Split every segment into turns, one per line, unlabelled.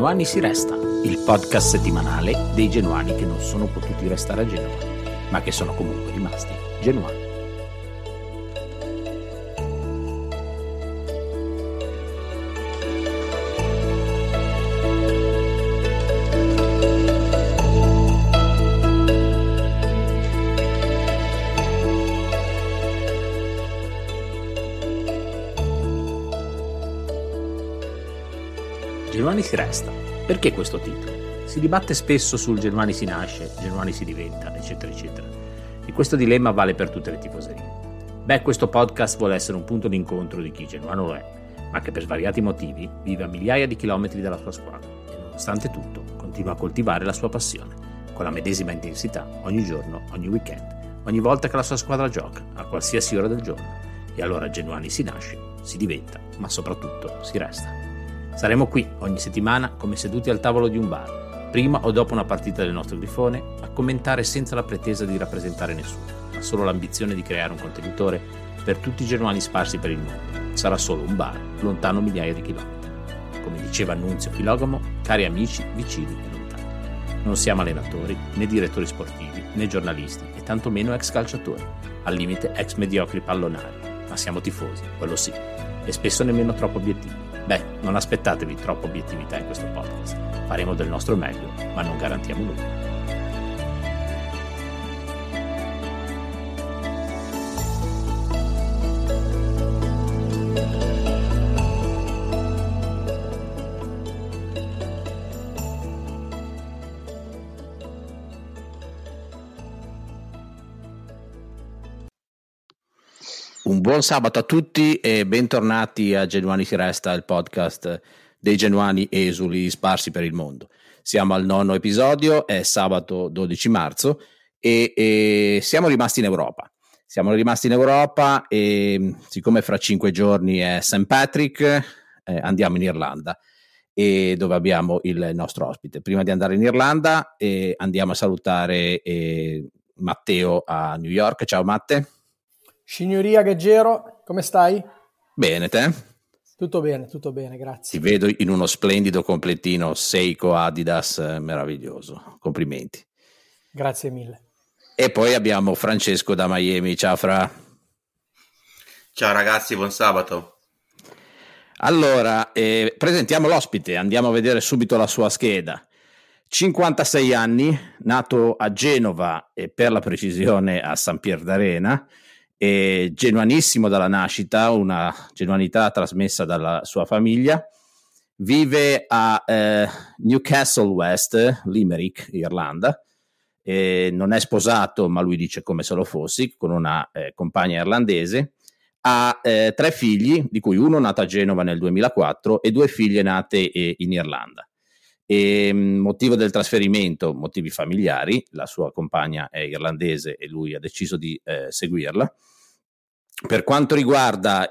Genuani si resta, il podcast settimanale dei genuani che non sono potuti restare a Genova, ma che sono comunque rimasti genuani. Genuani si resta. Perché questo titolo? Si dibatte spesso sul Genuani si nasce, Genuani si diventa, eccetera, eccetera. E questo dilemma vale per tutte le tifoserie. Questo podcast vuole essere un punto d'incontro di chi genuano lo è, ma che per svariati motivi vive a migliaia di chilometri dalla sua squadra e nonostante tutto continua a coltivare la sua passione, con la medesima intensità, ogni giorno, ogni weekend, ogni volta che la sua squadra gioca, a qualsiasi ora del giorno. E allora Genuani si nasce, si diventa, ma soprattutto si resta. Saremo qui ogni settimana come seduti al tavolo di un bar, prima o dopo una partita del nostro grifone, a commentare senza la pretesa di rappresentare nessuno, ma solo l'ambizione di creare un contenitore per tutti i genuani sparsi per il mondo. Sarà solo un bar, lontano migliaia di chilometri. Come diceva Nunzio Filogamo, cari amici, vicini e lontani. Non siamo allenatori, né direttori sportivi, né giornalisti, e tantomeno ex calciatori, al limite ex mediocri pallonari, ma siamo tifosi, quello sì, e spesso nemmeno troppo obiettivi. Non aspettatevi troppa obiettività in questo podcast. Faremo del nostro meglio, ma non garantiamo nulla. Un buon sabato a tutti e bentornati a Genuani si resta, il podcast dei genuani esuli sparsi per il mondo. Siamo al 9° episodio, è sabato 12 marzo e siamo rimasti in Europa. Siamo rimasti in Europa e siccome fra 5 giorni è St. Patrick, andiamo in Irlanda, e dove abbiamo il nostro ospite. Prima di andare in Irlanda andiamo a salutare Matteo a New York. Ciao Matte.
Signoria Gaggero, come stai?
Bene, te?
Tutto bene, grazie.
Ti vedo in uno splendido completino Seiko Adidas, meraviglioso, complimenti.
Grazie mille.
E poi abbiamo Francesco da Miami. Ciao Fra.
Ciao ragazzi, buon sabato.
Allora, presentiamo l'ospite, andiamo a vedere subito la sua scheda. 56 anni, nato a Genova e per la precisione a San Pier d'Arena, genuanissimo dalla nascita, una genuanità trasmessa dalla sua famiglia. Vive a Newcastle West, Limerick, Irlanda. Non è sposato, ma lui dice come se lo fossi, con una compagna irlandese. Ha 3 figli, di cui uno nato a Genova nel 2004 e 2 figlie nate in Irlanda. Motivo del trasferimento, motivi familiari, la sua compagna è irlandese e lui ha deciso di seguirla. Per quanto riguarda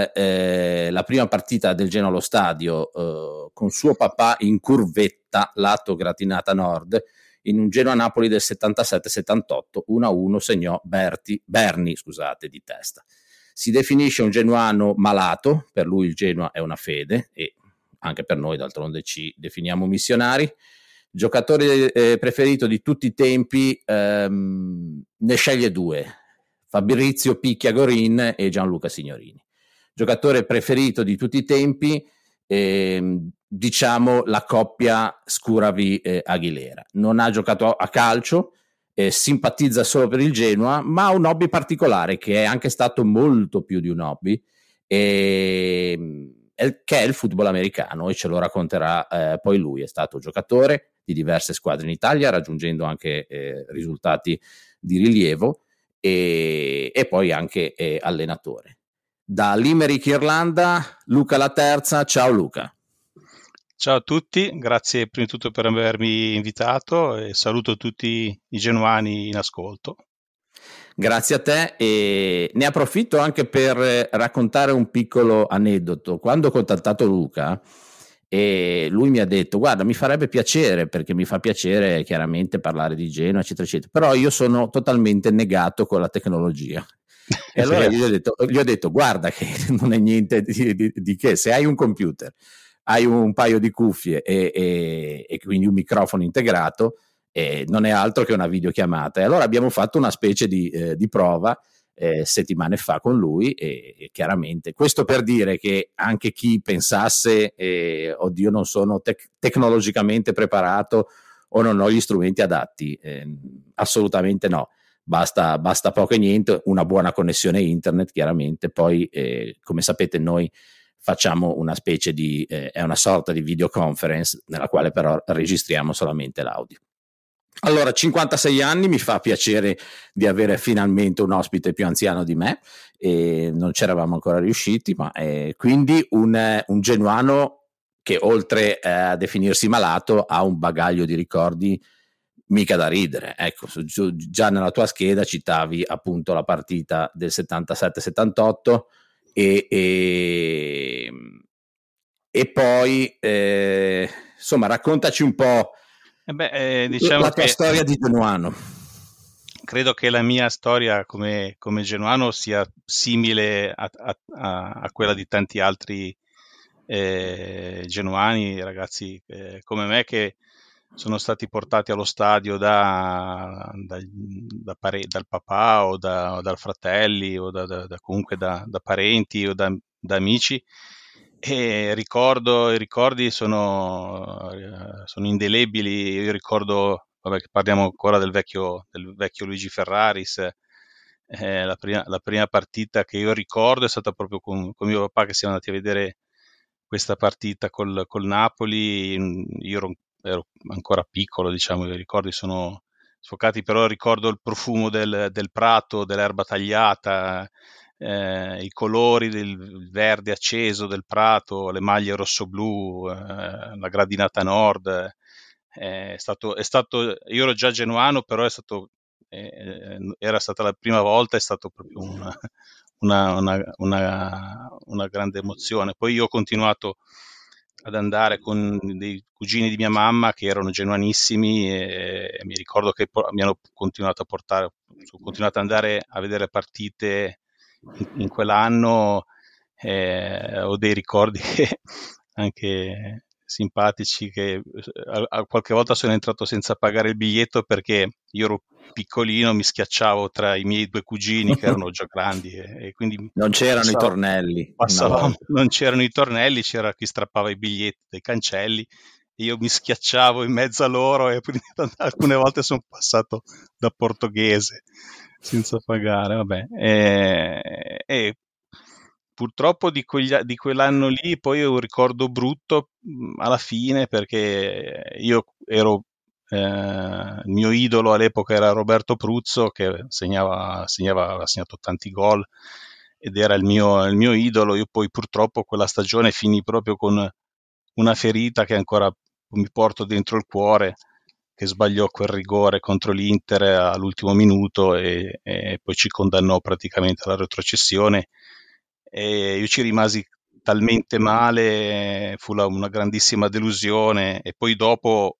la prima partita del Genoa allo stadio, con suo papà in curvetta, lato gratinata nord, in un Genoa-Napoli del 77-78, 1-1 segnò Berni, di testa. Si definisce un genuano malato, per lui il Genoa è una fede e anche per noi d'altronde ci definiamo missionari. Giocatore preferito di tutti i tempi, ne sceglie 2, Fabrizio Picchia Gorin e Gianluca Signorini. Giocatore preferito di tutti i tempi, diciamo la coppia Scuravi-Aguilera. Non ha giocato a calcio, simpatizza solo per il Genoa, ma ha un hobby particolare che è anche stato molto più di un hobby, che è il football americano, e ce lo racconterà poi lui. È stato giocatore di diverse squadre in Italia, raggiungendo anche risultati di rilievo, e poi anche allenatore. Da Limerick, Irlanda, Luca La Terza. Ciao Luca.
Ciao a tutti, grazie prima di tutto per avermi invitato e saluto tutti i genuani in ascolto.
Grazie a te, e ne approfitto anche per raccontare un piccolo aneddoto. Quando ho contattato Luca, lui mi ha detto: guarda, mi farebbe piacere, perché mi fa piacere chiaramente parlare di Genoa, eccetera eccetera, però io sono totalmente negato con la tecnologia. E allora gli ho detto guarda che non è niente di che, se hai un computer, hai un paio di cuffie e quindi un microfono integrato, non è altro che una videochiamata. E allora abbiamo fatto una specie di prova settimane fa con lui, e chiaramente questo per dire che anche chi pensasse oddio, non sono tecnologicamente preparato o non ho gli strumenti adatti, assolutamente no. Basta poco e niente, una buona connessione internet chiaramente. Poi come sapete noi facciamo una specie è una sorta di videoconference nella quale però registriamo solamente l'audio. Allora, 56 anni, mi fa piacere di avere finalmente un ospite più anziano di me, e non c'eravamo ancora riusciti, ma quindi un genuano che oltre a definirsi malato ha un bagaglio di ricordi mica da ridere. Ecco, già nella tua scheda citavi appunto la partita del 77-78 e poi insomma raccontaci un po'
diciamo
la tua storia di genuano.
Credo che la mia storia come genuano sia simile a quella di tanti altri genuani, ragazzi come me, che sono stati portati allo stadio dal papà o dal fratelli o comunque da parenti o da amici. E i ricordi sono indelebili. Io ricordo, vabbè, che parliamo ancora del vecchio Luigi Ferraris. La prima partita che io ricordo è stata proprio con mio papà, che siamo andati a vedere questa partita col Napoli. Io ero ancora piccolo, diciamo, i ricordi sono sfocati, però ricordo il profumo del prato, dell'erba tagliata, i colori del verde acceso del prato, le maglie rosso-blu, la gradinata nord. Io ero già genuano, però era stata la prima volta, è stato proprio una grande emozione. Poi io ho continuato ad andare con dei cugini di mia mamma che erano genuanissimi, e mi ricordo che mi hanno continuato ad andare a vedere partite in quell'anno. Ho dei ricordi anche simpatici, che qualche volta sono entrato senza pagare il biglietto perché io ero piccolino, mi schiacciavo tra i miei due cugini che erano già grandi, e quindi
non c'erano i tornelli,
non c'erano i tornelli, c'era chi strappava i biglietti dai cancelli e io mi schiacciavo in mezzo a loro, e alcune volte sono passato da portoghese senza pagare, vabbè. E purtroppo di quell'anno lì poi ho un ricordo brutto alla fine, perché io ero il mio idolo all'epoca era Roberto Pruzzo, che aveva segnato tanti gol ed era il mio idolo. Io poi purtroppo quella stagione finì proprio con una ferita che ancora mi porto dentro il cuore, che sbagliò quel rigore contro l'Inter all'ultimo minuto e poi ci condannò praticamente alla retrocessione, e io ci rimasi talmente male, fu una grandissima delusione. E poi dopo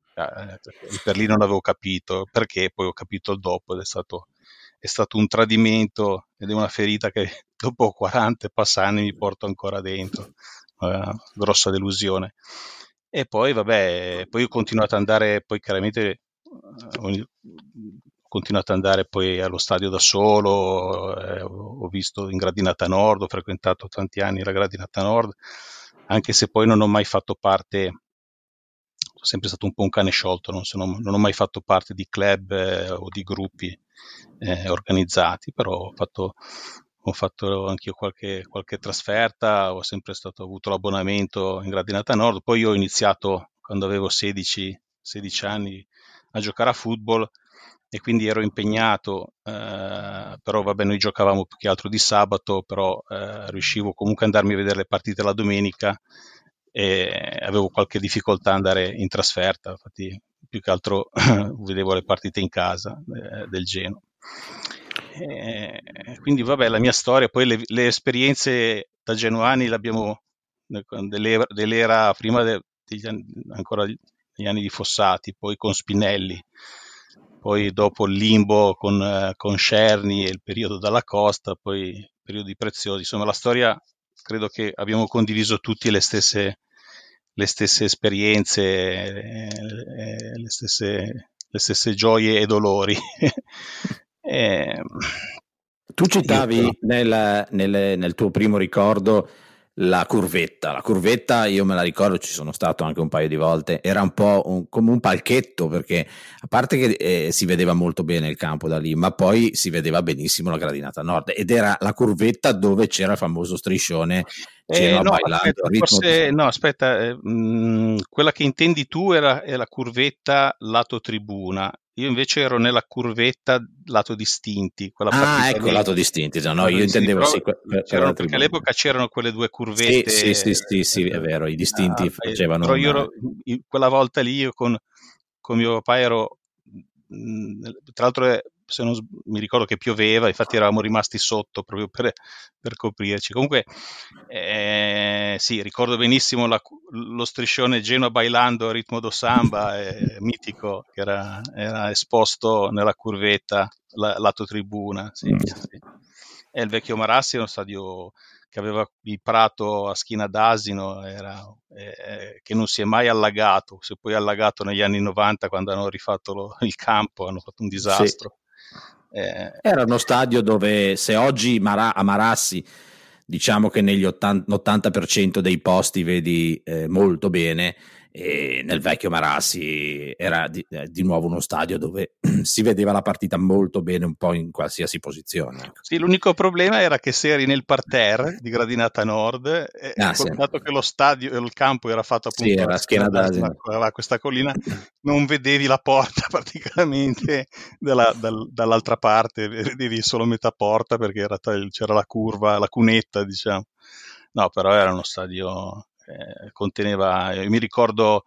per lì non avevo capito perché, poi ho capito il dopo, ed è stato un tradimento, ed è una ferita che dopo 40 anni mi porto ancora dentro. Grossa delusione. E poi vabbè, poi ho continuato ad andare, poi chiaramente ho continuato ad andare poi allo stadio da solo, ho visto in Gradinata Nord, ho frequentato tanti anni la Gradinata Nord, anche se poi non ho mai fatto parte, sono sempre stato un po' un cane sciolto, non ho mai fatto parte di club o di gruppi organizzati, però ho fatto anch'io qualche trasferta, ho sempre avuto l'abbonamento in Gradinata Nord. Poi io ho iniziato quando avevo 16 anni a giocare a football, e quindi ero impegnato, però vabbè, noi giocavamo più che altro di sabato, però riuscivo comunque ad andarmi a vedere le partite la domenica, e avevo qualche difficoltà ad andare in trasferta, infatti più che altro vedevo le partite in casa del Genoa. Quindi vabbè, la mia storia, poi le esperienze da genuani l'abbiamo dell'era prima ancora degli anni di Fossati, poi con Spinelli, poi dopo il limbo con Scerni e il periodo dalla Costa, poi periodi preziosi. Insomma, la storia credo che abbiamo condiviso tutti le stesse le stesse esperienze, le stesse gioie e dolori. Eh,
Tu
io però.
citavi nel tuo primo ricordo la curvetta. La curvetta io me la ricordo, ci sono stato anche un paio di volte, era un po' come un palchetto, perché a parte che si vedeva molto bene il campo da lì, ma poi si vedeva benissimo la gradinata nord, ed era la curvetta dove c'era il famoso striscione Genoa
No,
Bailando
aspetta,
al ritmo di
forse
samba.
no, aspetta, quella che intendi tu è la curvetta lato tribuna. Io invece ero nella curvetta lato distinti, quella
Ah,
partita
ecco,
lì.
lato distinti, no,
Lato
io
distinti,
intendevo
però
sì, quella
c'erano,
da
perché
tribuna.
all'epoca c'erano quelle due
Sì, sì,
curvette,
sì, sì, sì, è vero, i distinti facevano
però
un...
quella volta lì io con mio papà ero, tra l'altro se non mi ricordo che pioveva, infatti eravamo rimasti sotto proprio per coprirci. Comunque sì, ricordo benissimo lo striscione Genoa Bailando a ritmo do samba, mitico, che era esposto nella curvetta lato tribuna, sì, sì. E il vecchio Marassi è uno stadio che aveva il prato a schiena d'asino, che non si è mai allagato. Si è poi allagato negli anni 90 quando hanno rifatto il campo, hanno fatto un
Sì.
disastro.
Era uno stadio dove, se oggi a Marassi diciamo che negli 80% dei posti vedi molto bene, e nel vecchio Marassi era di nuovo uno stadio dove si vedeva la partita molto bene un po' in qualsiasi posizione, ecco.
Sì, l'unico problema era che se eri nel parterre di Gradinata Nord,
Sì.
dato che lo stadio e il campo era fatto
Sì,
appunto a
era
schiena
schiena
d'asino,
d'asino.
aveva questa collina, non vedevi la porta praticamente dall'altra parte, vedevi solo metà porta perché c'era la curva, la cunetta, diciamo. No, però era uno stadio, conteneva, io mi ricordo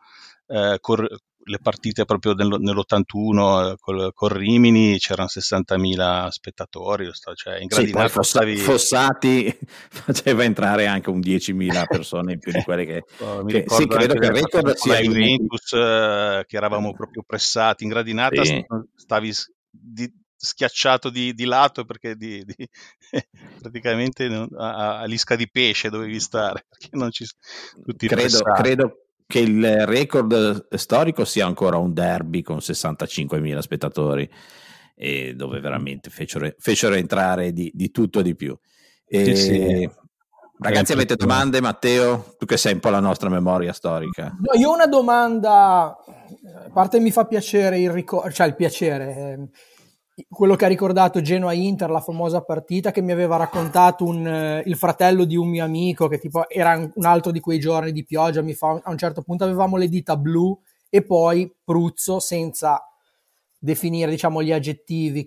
le partite proprio nell'81 col Rimini, c'erano 60.000 spettatori, cioè in
Sì, poi
gradinata stavi.
Fossati faceva entrare anche un 10.000 persone in più di quelle
Mi
sì,
ricordo
credo
anche
che il
delle partite
record
con la
sia
Juventus, che eravamo proprio pressati in gradinata,
sì.
stavi schiacciato di lato perché praticamente a lisca di pesce dovevi stare, perché non tutti pressati.
Credo che il record storico sia ancora un derby con 65.000 spettatori, e dove veramente fecero entrare di tutto e di più.
Sì, sì, era
Ragazzi, avete
impressionante.
domande? Matteo, tu che sei un po' la nostra memoria storica.
No, io ho una domanda, a parte mi fa piacere il ricordo, cioè il piacere, quello che ha ricordato Genoa-Inter, la famosa partita che mi aveva raccontato il fratello di un mio amico, che tipo era un altro di quei giorni di pioggia, a un certo punto avevamo le dita blu e poi Pruzzo, senza definire diciamo gli aggettivi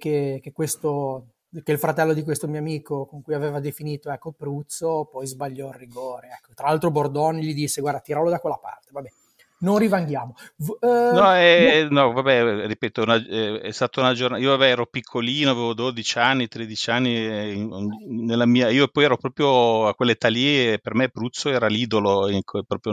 che il fratello di questo mio amico con cui aveva definito, ecco, Pruzzo, poi sbagliò il rigore, ecco. Tra l'altro Bordoni gli disse guarda, tiralo da quella parte, vabbè, non rivanghiamo.
No,
No,
no, vabbè, ripeto, è stata una giornata. Io, vabbè, ero piccolino, avevo 12 anni, 13 anni. Io poi ero proprio a quell'età lì, e per me Pruzzo era l'idolo. Proprio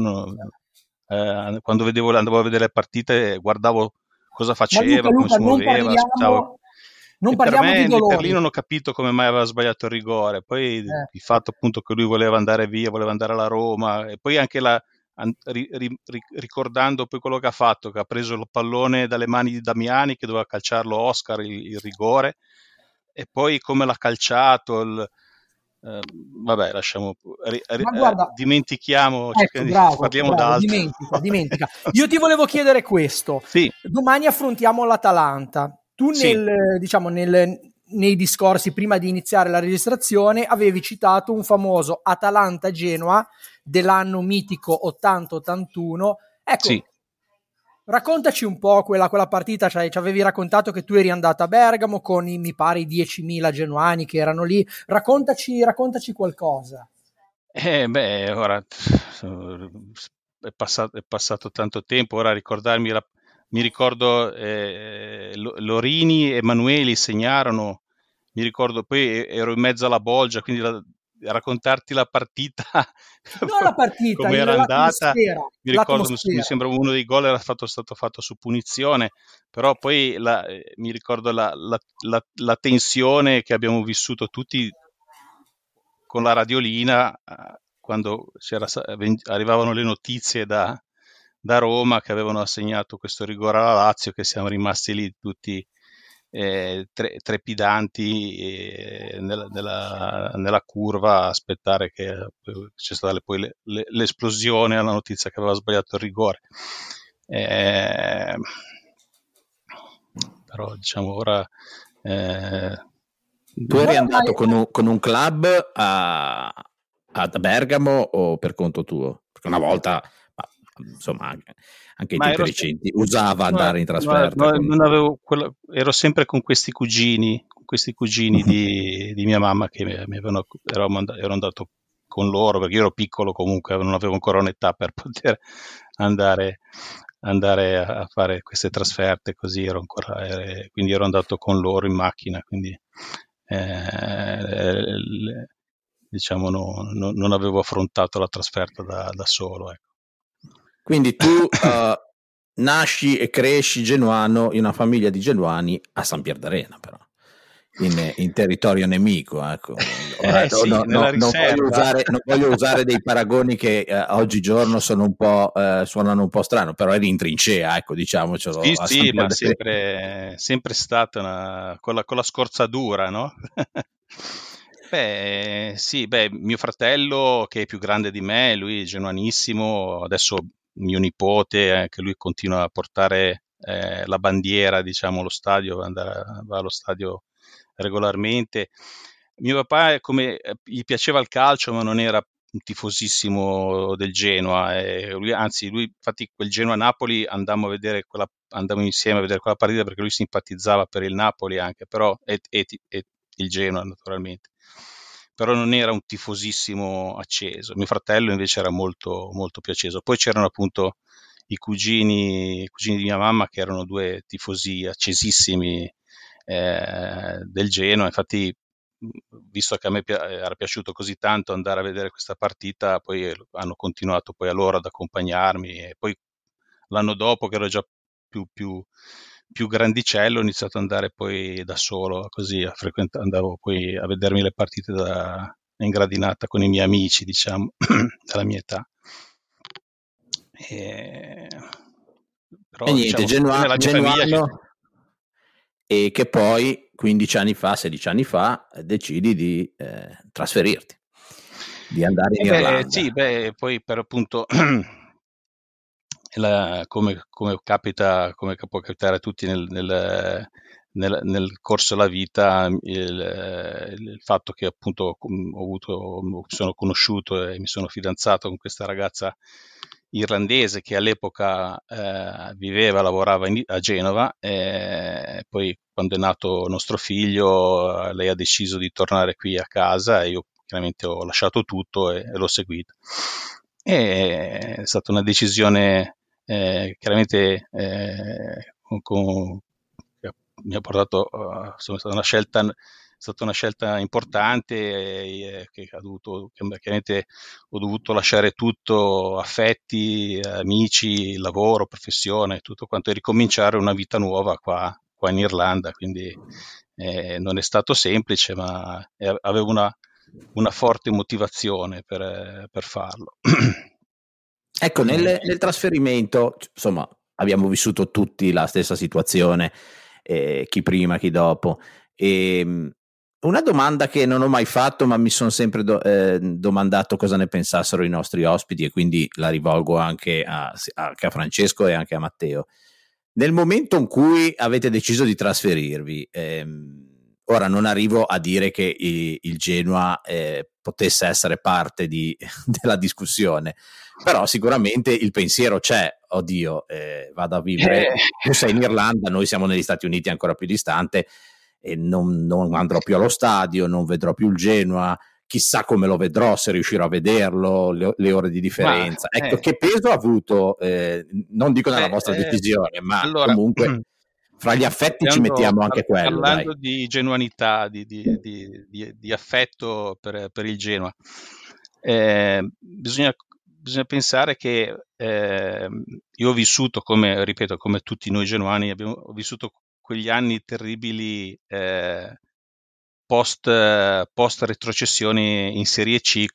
quando andavo a vedere le partite, guardavo cosa
ma
faceva, come
Luca,
si muoveva, aspettavo.
non
E per
parliamo di
me lì per lì
dolori.
non ho capito come mai aveva sbagliato il rigore. Poi il fatto appunto che lui voleva andare via, voleva andare alla Roma, e poi anche ricordando poi quello che ha fatto, che ha preso il pallone dalle mani di Damiani, che doveva calciarlo Oscar il rigore, e poi come l'ha calciato. Vabbè, lasciamo,
Ma guarda,
dimentichiamo,
ecco, bravo,
parliamo
bravo,
d'altro.
dimentica. Io ti volevo chiedere questo.
Sì,
Domani affrontiamo l'Atalanta. Tu
sì,
diciamo, nei discorsi prima di iniziare la registrazione avevi citato un famoso Atalanta-Genoa dell'anno mitico 80-81.
sì.
Ecco, raccontaci un po' quella partita, cioè, ci avevi raccontato che tu eri andato a Bergamo con mi pare i 10.000 genuani che erano lì. Raccontaci qualcosa.
Beh, ora è passato tanto tempo, ora ricordarmi, mi ricordo Lorini e Emanueli segnarono, mi ricordo poi ero in mezzo alla bolgia, quindi raccontarti la partita
Non la partita,
come era andata,
l'atmosfera,
mi ricordo, mi
l'atmosfera.
sembra uno dei gol stato fatto su punizione, però poi mi ricordo la tensione che abbiamo vissuto tutti con la radiolina quando arrivavano le notizie da Roma che avevano assegnato questo rigore alla Lazio, che siamo rimasti lì tutti trepidanti nella curva a aspettare che c'è stata poi l'esplosione alla notizia che aveva sbagliato il rigore. Però diciamo ora
tu eri andato con un club a Bergamo o per conto tuo? Perché una volta, insomma, anche i tempi recenti usava andare in trasferta.
Non avevo ero sempre con questi cugini di mia mamma che ero andato con loro, perché io ero piccolo comunque, non avevo ancora un'età per poter andare a fare queste trasferte, così quindi ero andato con loro in macchina, quindi diciamo non avevo affrontato la trasferta da solo, ecco.
Quindi tu nasci e cresci genuano in una famiglia di genuani a San Pierdarena, però in territorio nemico, ecco. Ora,
sì,
non voglio usare dei paragoni che oggigiorno suonano un po' strano, però eri in trincea, ecco, diciamocelo.
Sì, ma sempre stata con la scorzatura, no? Mio fratello, che è più grande di me, lui è genuanissimo, adesso mio nipote, anche lui continua a portare la bandiera, diciamo, allo stadio, va allo stadio regolarmente. Mio papà gli piaceva il calcio, ma non era un tifosissimo del Genoa, lui infatti quel Genoa-Napoli andammo insieme a vedere quella partita perché lui simpatizzava per il Napoli anche, però e il Genoa naturalmente, però non era un tifosissimo acceso. Mio fratello invece era molto, molto più acceso. Poi c'erano appunto i cugini di mia mamma che erano due tifosi accesissimi del Genoa. Infatti, visto che a me era piaciuto così tanto andare a vedere questa partita, poi hanno continuato poi a loro ad accompagnarmi, e poi l'anno dopo, che ero già più grandicello, ho iniziato ad andare poi da solo, così andavo poi a vedermi le partite in gradinata con i miei amici, diciamo, della mia età. Però,
e niente,
diciamo, nella mia
genuano, e che poi 15 anni fa, 16 anni fa, decidi di trasferirti, di andare in Irlanda.
Sì, poi per appunto come può capitare a tutti nel corso della vita, il fatto che appunto sono conosciuto e mi sono fidanzato con questa ragazza irlandese che all'epoca lavorava a Genova, e poi quando è nato nostro figlio lei ha deciso di tornare qui a casa e io chiaramente ho lasciato tutto e l'ho seguito. È stata una decisione chiaramente mi ha portato, è stata una scelta importante, che chiaramente ho dovuto lasciare tutto, affetti, amici, lavoro, professione, tutto quanto, e ricominciare una vita nuova qua in Irlanda, quindi non è stato semplice, ma avevo una forte motivazione per farlo.
Ecco, nel trasferimento, insomma, abbiamo vissuto tutti la stessa situazione, chi prima, chi dopo. Una domanda che non ho mai fatto, ma mi sono sempre domandato cosa ne pensassero i nostri ospiti, e quindi la rivolgo anche a Francesco e anche a Matteo. Nel momento in cui avete deciso di trasferirvi, ora non arrivo a dire che il Genoa potesse essere parte della discussione, però sicuramente il pensiero c'è, oddio, vado a vivere, tu sei in Irlanda, noi siamo negli Stati Uniti, ancora più distante, e non andrò più allo stadio, non vedrò più il Genoa, chissà come lo vedrò, se riuscirò a vederlo, le ore di differenza. Ecco, che peso ha avuto, non dico nella vostra decisione, ma allora, comunque fra gli affetti ci mettiamo anche quello.
Parlando di genuanità, di affetto per il Genoa, bisogna pensare che io ho vissuto, come tutti noi genuani, ho vissuto quegli anni terribili post retrocessione in Serie C,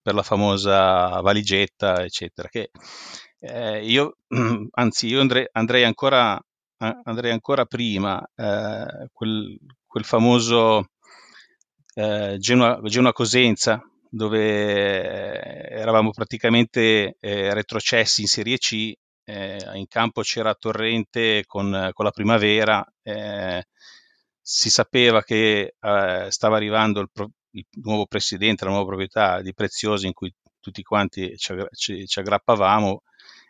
per la famosa valigetta, eccetera. Che io andrei ancora prima, quel famoso Genoa-Cosenza, dove eravamo praticamente retrocessi in Serie C. In campo c'era Torrente con la Primavera, si sapeva che stava arrivando il nuovo presidente, la nuova proprietà di Preziosi, in cui tutti quanti ci aggrappavamo,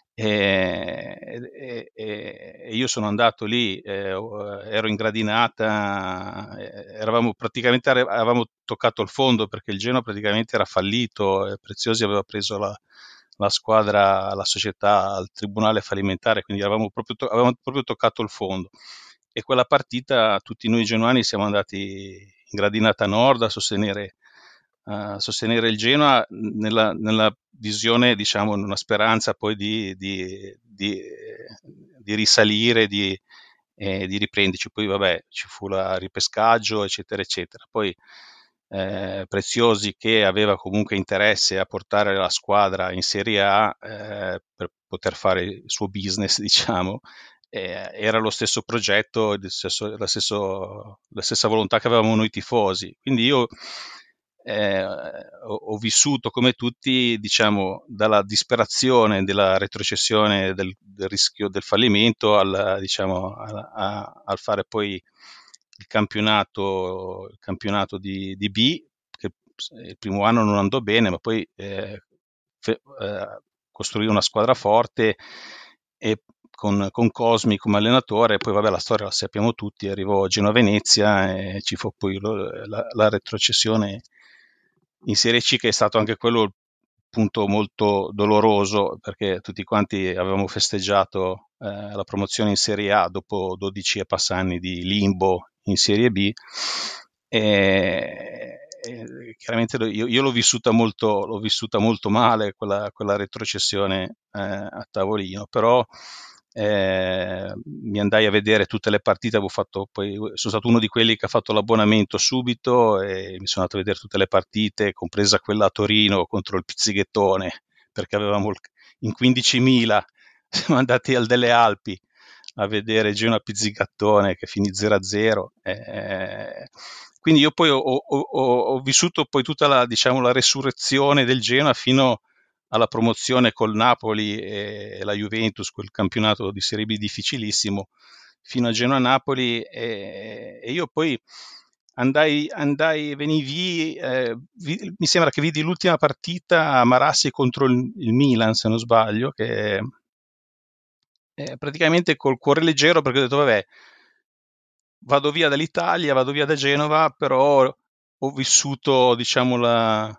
e io sono andato lì, ero in gradinata, avevamo toccato il fondo, perché il Genoa praticamente era fallito, Preziosi aveva preso la squadra, la società al tribunale fallimentare, quindi avevamo proprio toccato il fondo. E quella partita tutti noi genuani siamo andati in gradinata nord a sostenere il Genoa nella visione, diciamo, una speranza poi di risalire, di riprenderci. Poi vabbè, ci fu il ripescaggio, eccetera eccetera. Poi Preziosi, che aveva comunque interesse a portare la squadra in Serie A per poter fare il suo business, diciamo, era lo stesso progetto, la stessa volontà che avevamo noi tifosi. Quindi io ho vissuto come tutti, diciamo, dalla disperazione della retrocessione, del rischio del fallimento, al fare poi il campionato di B, che il primo anno non andò bene, ma poi costruì una squadra forte, e con Cosmi come allenatore. Poi vabbè, la storia la sappiamo tutti, arrivò Genoa-Venezia e ci fu poi la retrocessione in Serie C, che è stato anche quello il punto molto doloroso, perché tutti quanti avevamo festeggiato la promozione in Serie A dopo 12 e passanni di limbo in Serie B, e chiaramente io l'ho vissuta molto male quella retrocessione a tavolino, però mi andai a vedere tutte le partite. Sono stato uno di quelli che ha fatto l'abbonamento subito e mi sono andato a vedere tutte le partite, compresa quella a Torino contro il Pizzighettone, perché avevamo in 15.000 siamo andati al Delle Alpi a vedere Genoa Pizzighettone, che finì 0-0. Quindi io poi ho vissuto poi tutta la resurrezione del Genoa fino alla promozione col Napoli e la Juventus, quel campionato di Serie B difficilissimo, fino a Genoa-Napoli, e io poi venivi, mi sembra che vidi l'ultima partita a Marassi contro il Milan, se non sbaglio, che praticamente col cuore leggero, perché ho detto vabbè, vado via dall'Italia, vado via da Genova, però ho vissuto, diciamo, la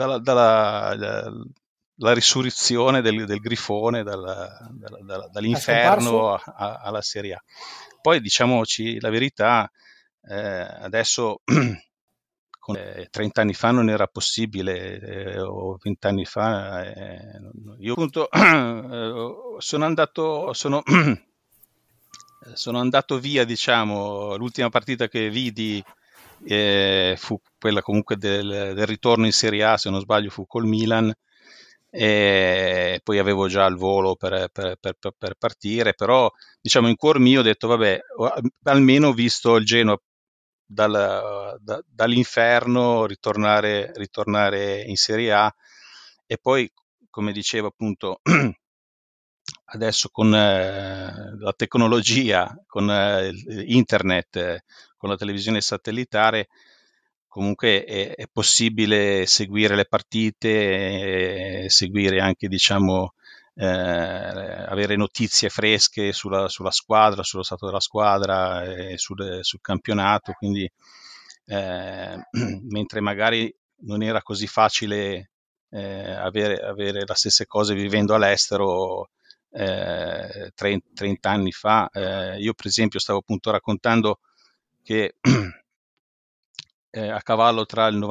risurrezione del Grifone dall'inferno alla Serie A. Poi, diciamoci la verità, adesso con 30 anni fa non era possibile, o 20 anni fa, io appunto sono andato via, diciamo. L'ultima partita che vidi fu quella comunque del ritorno in Serie A, se non sbaglio fu col Milan, e poi avevo già il volo per partire, però diciamo in cuor mio ho detto vabbè, almeno ho visto il Genoa dall'inferno ritornare in Serie A. E poi, come dicevo appunto, adesso con la tecnologia, con internet, con la televisione satellitare, comunque è possibile seguire le partite, seguire anche, diciamo, avere notizie fresche sulla squadra, sullo stato della squadra e sul campionato. Quindi mentre magari non era così facile avere le stesse cose vivendo all'estero 30 anni fa. Io per esempio stavo appunto raccontando che a cavallo tra il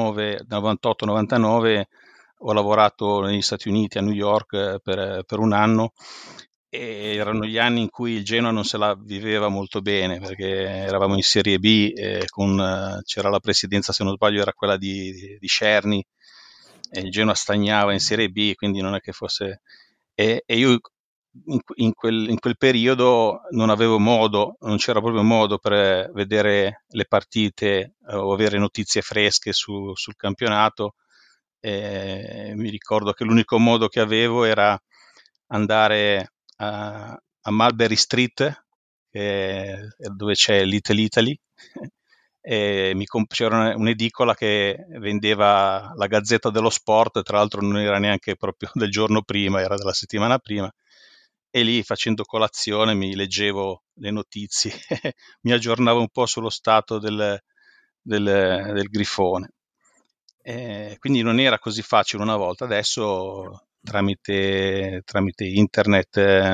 98-99 ho lavorato negli Stati Uniti, a New York, per un anno, e erano gli anni in cui il Genoa non se la viveva molto bene, perché eravamo in Serie B, c'era la presidenza, se non sbaglio era quella di Cerny, il Genoa stagnava in Serie B, quindi non è che fosse... E io in quel periodo non avevo modo, non c'era proprio modo per vedere le partite o avere notizie fresche sul campionato. Mi ricordo che l'unico modo che avevo era andare a Mulberry Street, dove c'è Little Italy, e c'era un'edicola che vendeva la Gazzetta dello Sport, tra l'altro non era neanche proprio del giorno prima, era della settimana prima, e lì facendo colazione mi leggevo le notizie, mi aggiornavo un po' sullo stato del Grifone. Quindi non era così facile una volta, adesso tramite internet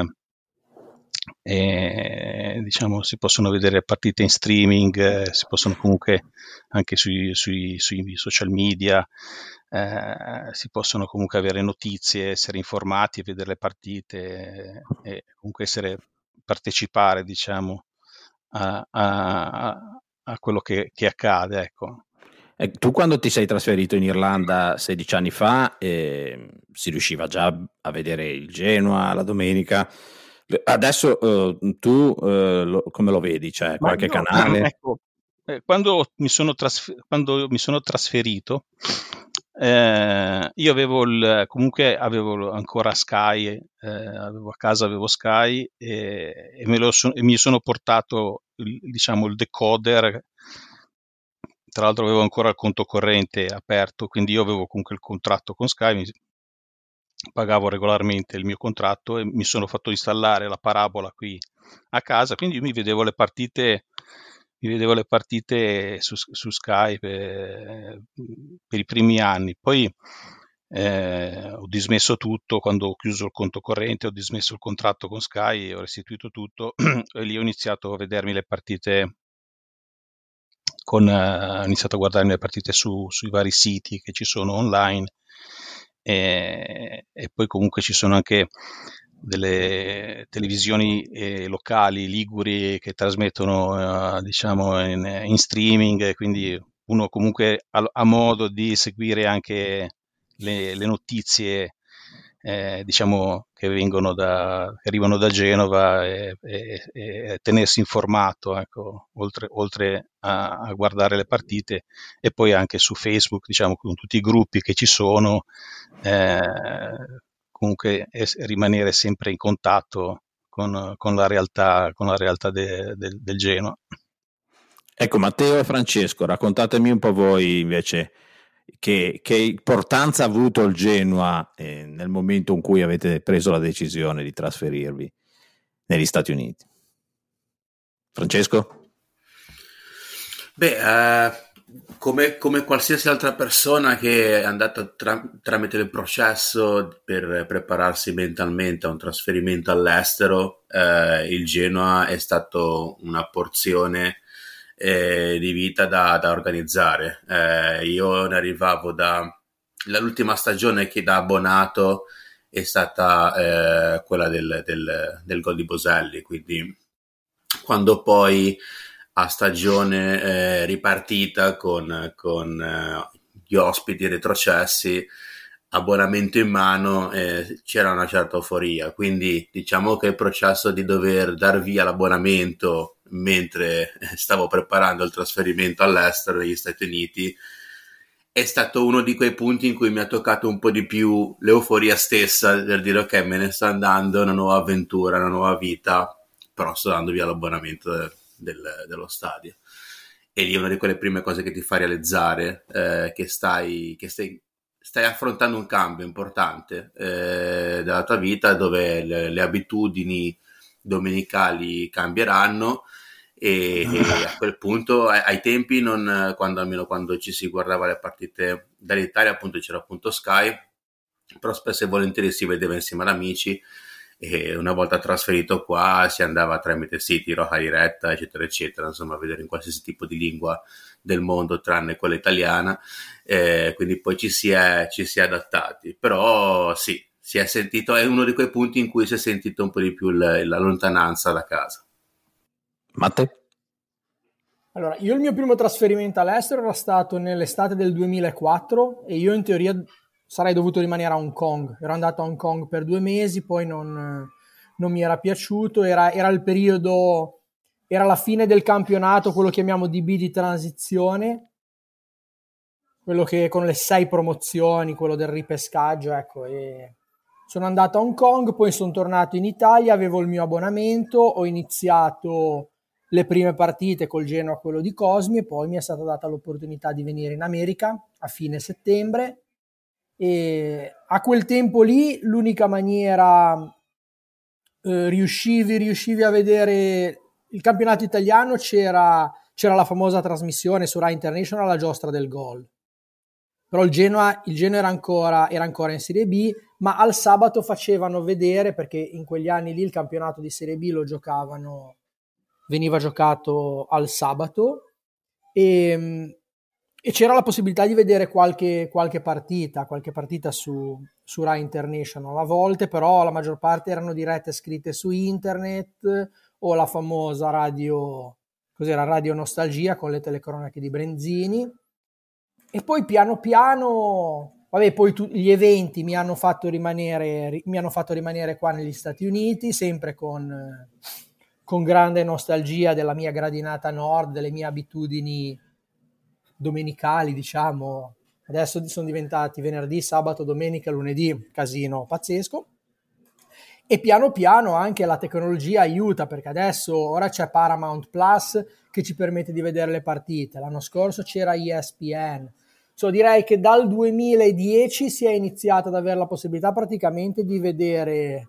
diciamo si possono vedere partite in streaming, si possono comunque anche sui social media, si possono comunque avere notizie, essere informati, vedere le partite e comunque partecipare, diciamo, a quello che accade, ecco.
Tu quando ti sei trasferito in Irlanda 16 anni fa, si riusciva già a vedere il Genoa la domenica. Adesso tu come lo vedi? C'è qualche canale?
Ecco, quando mi sono trasferito, io comunque avevo ancora Sky, avevo a casa avevo Sky e mi sono portato diciamo il decoder. Tra l'altro avevo ancora il conto corrente aperto, quindi io avevo comunque il contratto con Sky, pagavo regolarmente il mio contratto e mi sono fatto installare la parabola qui a casa, quindi io mi vedevo le partite su Sky per i primi anni. Poi ho dismesso tutto quando ho chiuso il conto corrente, ho dismesso il contratto con Sky, ho restituito tutto e lì ho iniziato a vedermi le partite ho iniziato a guardarmi le partite sui vari siti che ci sono online e poi comunque ci sono anche delle televisioni locali liguri che trasmettono diciamo in streaming, quindi uno comunque ha modo di seguire anche le notizie diciamo che arrivano da Genova e tenersi informato, ecco, oltre a guardare le partite, e poi anche su Facebook, diciamo, con tutti i gruppi che ci sono, comunque rimanere sempre in contatto con la realtà del Genoa.
Ecco, Matteo e Francesco, raccontatemi un po' voi invece che importanza ha avuto il Genoa nel momento in cui avete preso la decisione di trasferirvi negli Stati Uniti. Francesco?
Come qualsiasi altra persona che è andata tramite il processo per prepararsi mentalmente a un trasferimento all'estero, il Genoa è stato una porzione di vita da organizzare. Io ne arrivavo l'ultima stagione che da abbonato è stata quella del gol di Boselli, quindi quando poi a stagione ripartita con gli ospiti retrocessi, abbonamento in mano, c'era una certa euforia, quindi diciamo che il processo di dover dar via l'abbonamento mentre stavo preparando il trasferimento all'estero negli Stati Uniti è stato uno di quei punti in cui mi ha toccato un po' di più l'euforia stessa per dire ok, me ne sto andando, una nuova avventura, una nuova vita, però sto dando via l'abbonamento dello stadio. E lì è una di quelle prime cose che ti fa realizzare che stai affrontando un cambio importante della tua vita, dove le abitudini domenicali cambieranno e a quel punto ai tempi almeno quando ci si guardava le partite dall'Italia, appunto c'era appunto Sky, però spesso e volentieri si vedeva insieme ad amici e una volta trasferito qua si andava tramite siti, Roja Diretta, eccetera eccetera, insomma a vedere in qualsiasi tipo di lingua del mondo tranne quella italiana, quindi poi ci si è adattati, però sì, si è sentito, è uno di quei punti in cui si è sentito un po' di più la lontananza da casa.
Matte?
Allora, io il mio primo trasferimento all'estero era stato nell'estate del 2004 e io in teoria sarei dovuto rimanere a Hong Kong. Ero andato a Hong Kong per 2 mesi, poi non mi era piaciuto, era il periodo, era la fine del campionato, quello che chiamiamo DB di transizione, quello che con le 6 promozioni, quello del ripescaggio, ecco, e sono andato a Hong Kong, poi sono tornato in Italia, avevo il mio abbonamento, ho iniziato le prime partite col Genoa, quello di Cosmi, e poi mi è stata data l'opportunità di venire in America a fine settembre, e a quel tempo lì l'unica maniera riuscivi a vedere il campionato italiano, c'era la famosa trasmissione su Rai International, la giostra del gol, però il Genoa era ancora in Serie B, ma al sabato facevano vedere, perché in quegli anni lì il campionato di Serie B veniva giocato al sabato, e c'era la possibilità di vedere qualche partita su Rai International a volte, però la maggior parte erano dirette scritte su internet o la famosa radio Nostalgia con le telecronache di Brenzini. E poi piano piano, vabbè, poi gli eventi mi hanno fatto rimanere qua negli Stati Uniti, sempre con grande nostalgia della mia gradinata nord, delle mie abitudini domenicali, diciamo. Adesso sono diventati venerdì, sabato, domenica, lunedì, casino pazzesco. E piano piano anche la tecnologia aiuta, perché ora c'è Paramount Plus che ci permette di vedere le partite. L'anno scorso c'era ESPN. Direi che dal 2010 si è iniziato ad avere la possibilità praticamente di vedere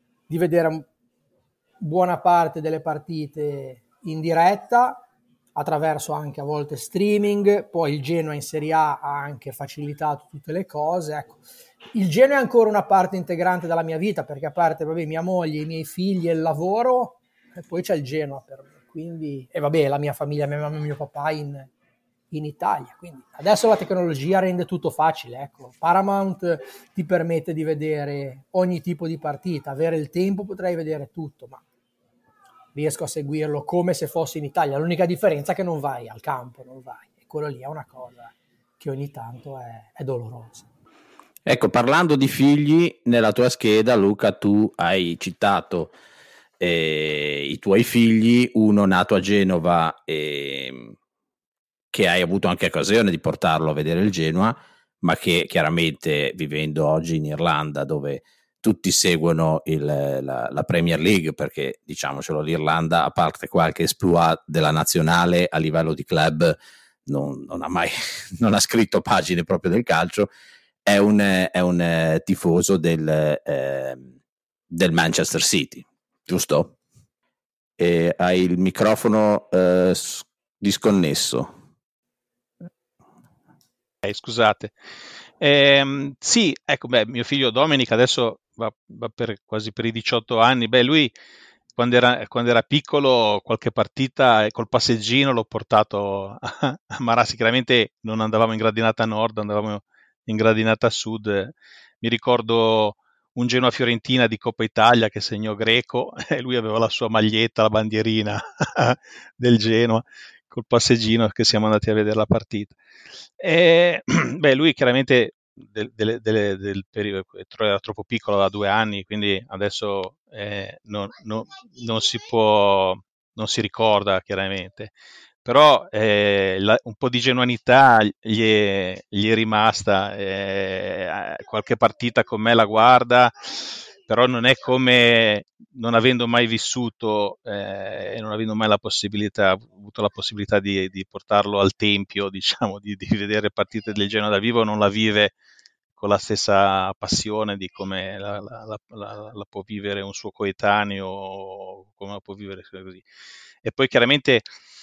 buona parte delle partite in diretta, attraverso anche a volte streaming. Poi il Genoa in Serie A ha anche facilitato tutte le cose, ecco. Il Genoa è ancora una parte integrante della mia vita, perché a parte mia moglie, i miei figli e il lavoro, e poi c'è il Genoa per me, quindi, e la mia famiglia, mia mamma e mio papà in Italia, quindi adesso la tecnologia rende tutto facile, ecco. Paramount ti permette di vedere ogni tipo di partita, avere il tempo potrei vedere tutto, ma riesco a seguirlo come se fossi in Italia. L'unica differenza è che non vai al campo, e quello lì è una cosa che ogni tanto è dolorosa.
Ecco, parlando di figli, nella tua scheda, Luca, tu hai citato i tuoi figli, uno nato a Genova, che hai avuto anche occasione di portarlo a vedere il Genoa, ma che chiaramente, vivendo oggi in Irlanda, dove tutti seguono la Premier League, perché diciamocelo, l'Irlanda, a parte qualche exploit della nazionale a livello di club, non ha scritto pagine proprio del calcio, è un tifoso del Manchester City, giusto? E hai il microfono disconnesso.
Scusate. Sì, ecco, mio figlio Dominic adesso va quasi per i 18 anni. Lui quando era piccolo, qualche partita col passeggino l'ho portato a Marassi. Chiaramente non andavamo in gradinata nord, andavamo in gradinata sud. Mi ricordo un Genoa-Fiorentina di Coppa Italia che segnò Greco, e lui aveva la sua maglietta, la bandierina del Genoa, col passeggino, che siamo andati a vedere la partita. Lui chiaramente del periodo era troppo piccolo, aveva 2 anni, quindi adesso non si ricorda chiaramente, però un po' di genuinità gli è rimasta. Qualche partita con me la guarda, però non è come, non avendo mai vissuto e non avendo mai avuto la possibilità di portarlo al tempio, diciamo, di vedere partite del Genoa dal vivo, non la vive con la stessa passione di come la può vivere un suo coetaneo, o come la può vivere così. E poi chiaramente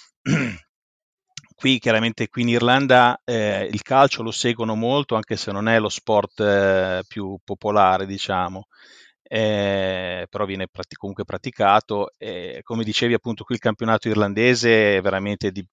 qui in Irlanda il calcio lo seguono molto, anche se non è lo sport più popolare, diciamo. Però viene comunque praticato, come dicevi, appunto, qui il campionato irlandese è veramente di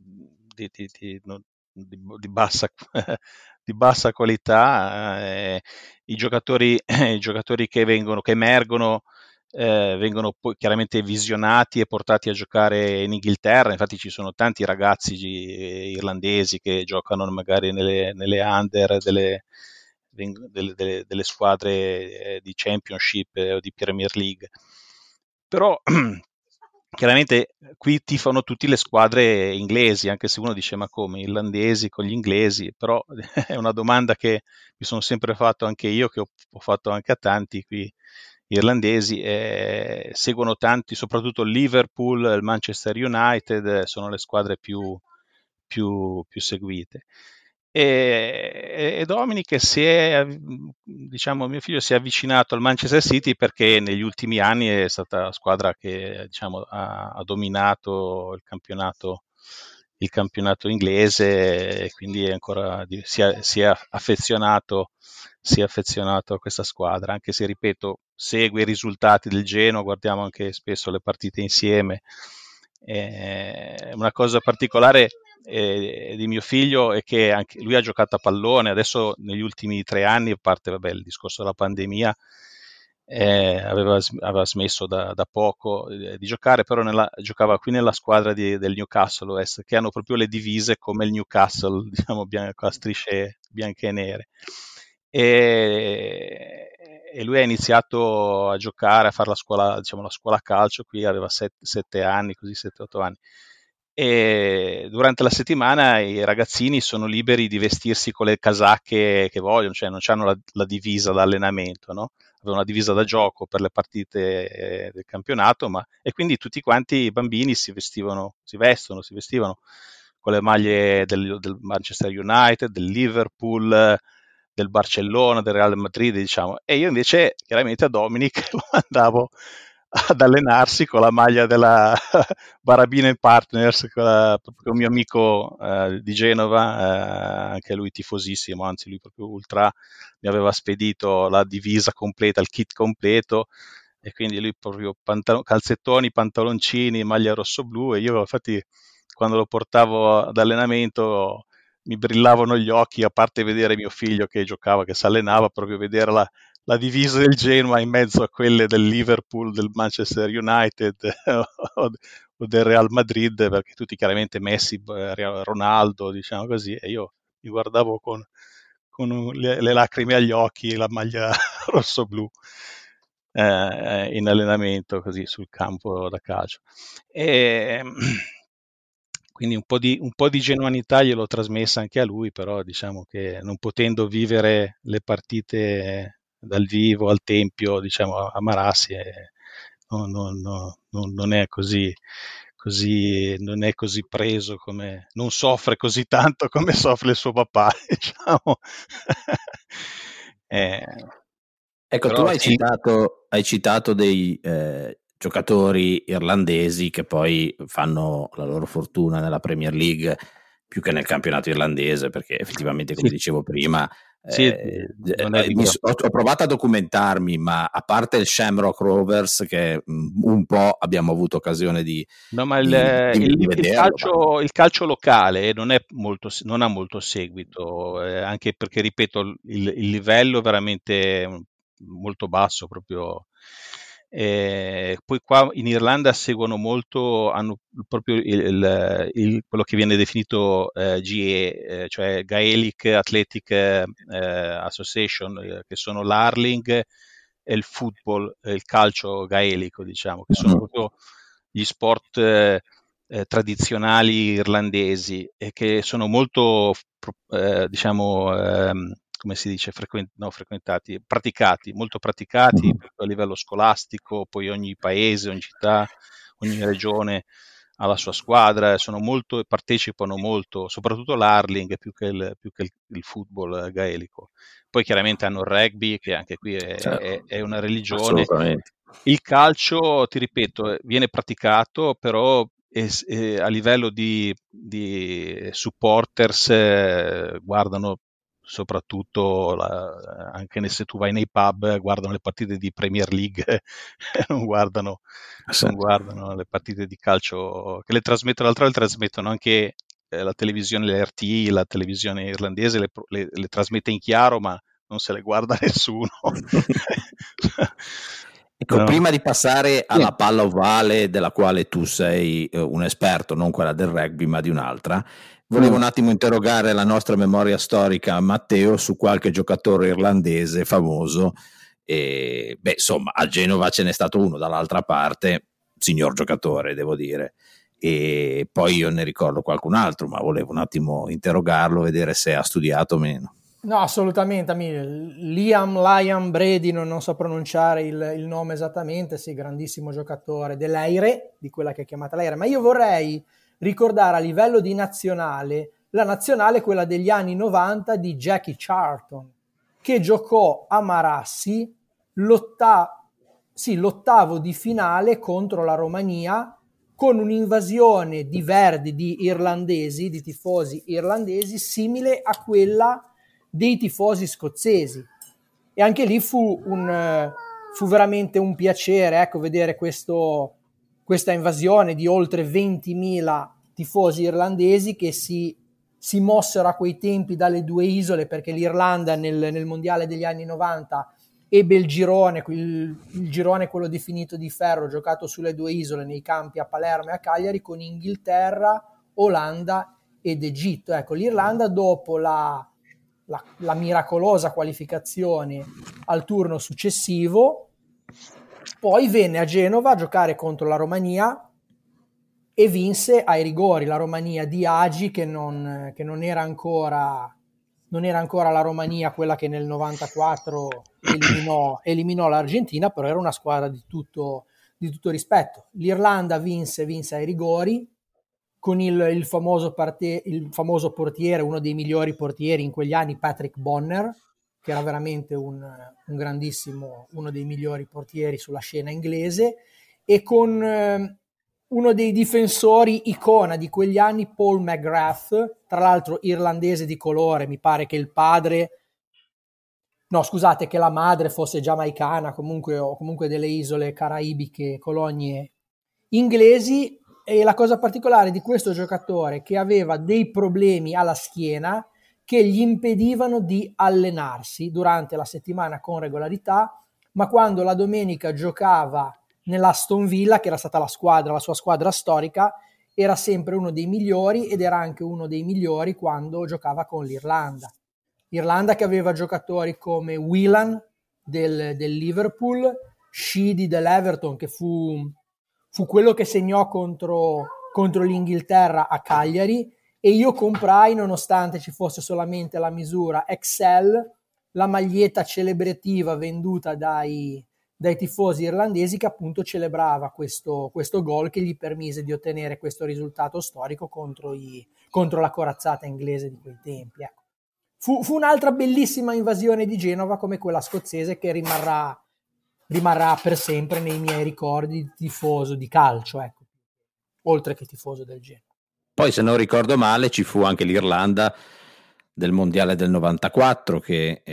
bassa di bassa qualità. I giocatori che emergono vengono poi chiaramente visionati e portati a giocare in Inghilterra. Infatti ci sono tanti ragazzi irlandesi che giocano magari nelle under delle squadre di Championship o di Premier League. Però chiaramente qui tifano tutte le squadre inglesi, anche se uno dice ma come, irlandesi con gli inglesi, però è una domanda che mi sono sempre fatto anche io, che ho fatto anche a tanti qui irlandesi, seguono tanti, soprattutto il Liverpool, il Manchester United, sono le squadre più seguite. E Dominic diciamo, mio figlio si è avvicinato al Manchester City perché negli ultimi anni è stata la squadra che, diciamo, ha dominato il campionato inglese, e quindi si è affezionato a questa squadra, anche se, ripeto, segue i risultati del Genoa, guardiamo anche spesso le partite insieme. Una cosa particolare di mio figlio è che anche lui ha giocato a pallone, adesso negli ultimi 3 anni, a parte il discorso della pandemia, aveva smesso da poco di giocare, però giocava qui nella squadra del Newcastle West, che hanno proprio le divise come il Newcastle, diciamo, con le strisce bianche e nere. E lui ha iniziato a giocare, a fare la scuola calcio, qui aveva 7 anni, così 7-8 anni. E durante la settimana i ragazzini sono liberi di vestirsi con le casacche che vogliono, cioè non hanno la divisa da allenamento, no? Avevano una divisa da gioco per le partite del campionato, e quindi tutti quanti i bambini si vestivano con le maglie del Manchester United, del Liverpool, del Barcellona, del Real Madrid, diciamo. E io invece chiaramente a Dominic lo mandavo ad allenarsi con la maglia della Barabina Partners, con un mio amico di Genova, anche lui tifosissimo, anzi lui proprio ultra, mi aveva spedito la divisa completa, il kit completo, e quindi lui proprio calzettoni, pantaloncini, maglia rosso-blu, e io infatti quando lo portavo ad allenamento mi brillavano gli occhi, a parte vedere mio figlio che giocava, che si allenava, proprio vedere la divisa del Genoa in mezzo a quelle del Liverpool, del Manchester United o del Real Madrid, perché tutti chiaramente Messi, Ronaldo, diciamo così, e io mi guardavo con le lacrime agli occhi, la maglia rosso-blu in allenamento così sul campo da calcio. Quindi un po' di genuinità gliel'ho trasmessa anche a lui, però diciamo che non potendo vivere le partite dal vivo al Tempio, diciamo a Marassi, non è così non è così preso, come non soffre così tanto come soffre il suo papà, diciamo.
Ecco, tu hai citato dei giocatori irlandesi che poi fanno la loro fortuna nella Premier League più che nel campionato irlandese, perché effettivamente, come dicevo prima, ho provato a documentarmi, ma a parte il Shamrock Rovers, che un po' abbiamo avuto occasione di vederlo,
il calcio locale non ha molto seguito, anche perché, ripeto, il livello è veramente molto basso proprio. Poi qua in Irlanda seguono molto, hanno proprio quello che viene definito GE, cioè Gaelic Athletic Association, che sono l'hurling e il football, il calcio gaelico, diciamo, che sono proprio gli sport tradizionali irlandesi, e che sono molto diciamo come si dice, praticati, molto praticati a livello scolastico. Poi ogni paese, ogni città, ogni regione ha la sua squadra, partecipano molto, soprattutto l'hurling più che il football gaelico. Poi chiaramente hanno il rugby, che anche qui è una religione. Il calcio, ti ripeto, viene praticato, però a livello di supporters guardano soprattutto, anche se tu vai nei pub, guardano le partite di Premier League, non guardano le partite di calcio che le trasmettono. L'altro le trasmettono anche la televisione, l'RTI, la televisione irlandese le trasmette in chiaro, ma non se le guarda nessuno.
Ecco, no. Prima di passare alla palla ovale, della quale tu sei un esperto, non quella del rugby, ma di un'altra, volevo un attimo interrogare la nostra memoria storica, Matteo, su qualche giocatore irlandese famoso. E, beh, insomma, a Genova ce n'è stato uno, dall'altra parte, signor giocatore, devo dire. E poi io ne ricordo qualcun altro, ma volevo un attimo interrogarlo, vedere se ha studiato o meno.
No, assolutamente. Liam Brady, non so pronunciare il nome esattamente, sì, grandissimo giocatore dell'Eire, di quella che è chiamata l'Eire, ma io vorrei ricordare a livello di nazionale, la nazionale, quella degli anni 90 di Jackie Charlton, che giocò a Marassi l'ottavo di finale contro la Romania, con un'invasione di verdi, di irlandesi, di tifosi irlandesi, simile a quella dei tifosi scozzesi. E anche lì fu veramente un piacere, ecco, vedere questa invasione di oltre 20.000 tifosi irlandesi che si mossero a quei tempi dalle due isole, perché l'Irlanda nel mondiale degli anni 90 ebbe il girone quello definito di ferro, giocato sulle due isole nei campi a Palermo e a Cagliari, con Inghilterra, Olanda ed Egitto. Ecco, l'Irlanda, dopo la miracolosa qualificazione al turno successivo, poi venne a Genova a giocare contro la Romania e vinse ai rigori. La Romania di Hagi, che non era ancora la Romania quella che nel 94 eliminò l'Argentina, però era una squadra di tutto rispetto. L'Irlanda vinse ai rigori con il famoso portiere, uno dei migliori portieri in quegli anni, Patrick Bonner, che era veramente un grandissimo, uno dei migliori portieri sulla scena inglese, e con uno dei difensori icona di quegli anni, Paul McGrath, tra l'altro irlandese di colore. Mi pare che che la madre fosse giamaicana, o comunque delle isole caraibiche, colonie inglesi. E la cosa particolare di questo giocatore, che aveva dei problemi alla schiena che gli impedivano di allenarsi durante la settimana con regolarità, ma quando la domenica giocava nell'Aston Villa, che era stata la sua squadra storica, era sempre uno dei migliori, ed era anche uno dei migliori quando giocava con l'Irlanda. L'Irlanda che aveva giocatori come Whelan del Liverpool, Sheedy dell'Everton, che fu quello che segnò contro l'Inghilterra a Cagliari, e io comprai, nonostante ci fosse solamente la misura XL, la maglietta celebrativa venduta dai tifosi irlandesi, che appunto celebrava questo gol che gli permise di ottenere questo risultato storico contro la corazzata inglese di quei tempi. Ecco. Fu un'altra bellissima invasione di Genova, come quella scozzese, che rimarrà per sempre nei miei ricordi di tifoso di calcio, ecco, oltre che tifoso del Genoa.
Poi, se non ricordo male, ci fu anche l'Irlanda del mondiale del 94 che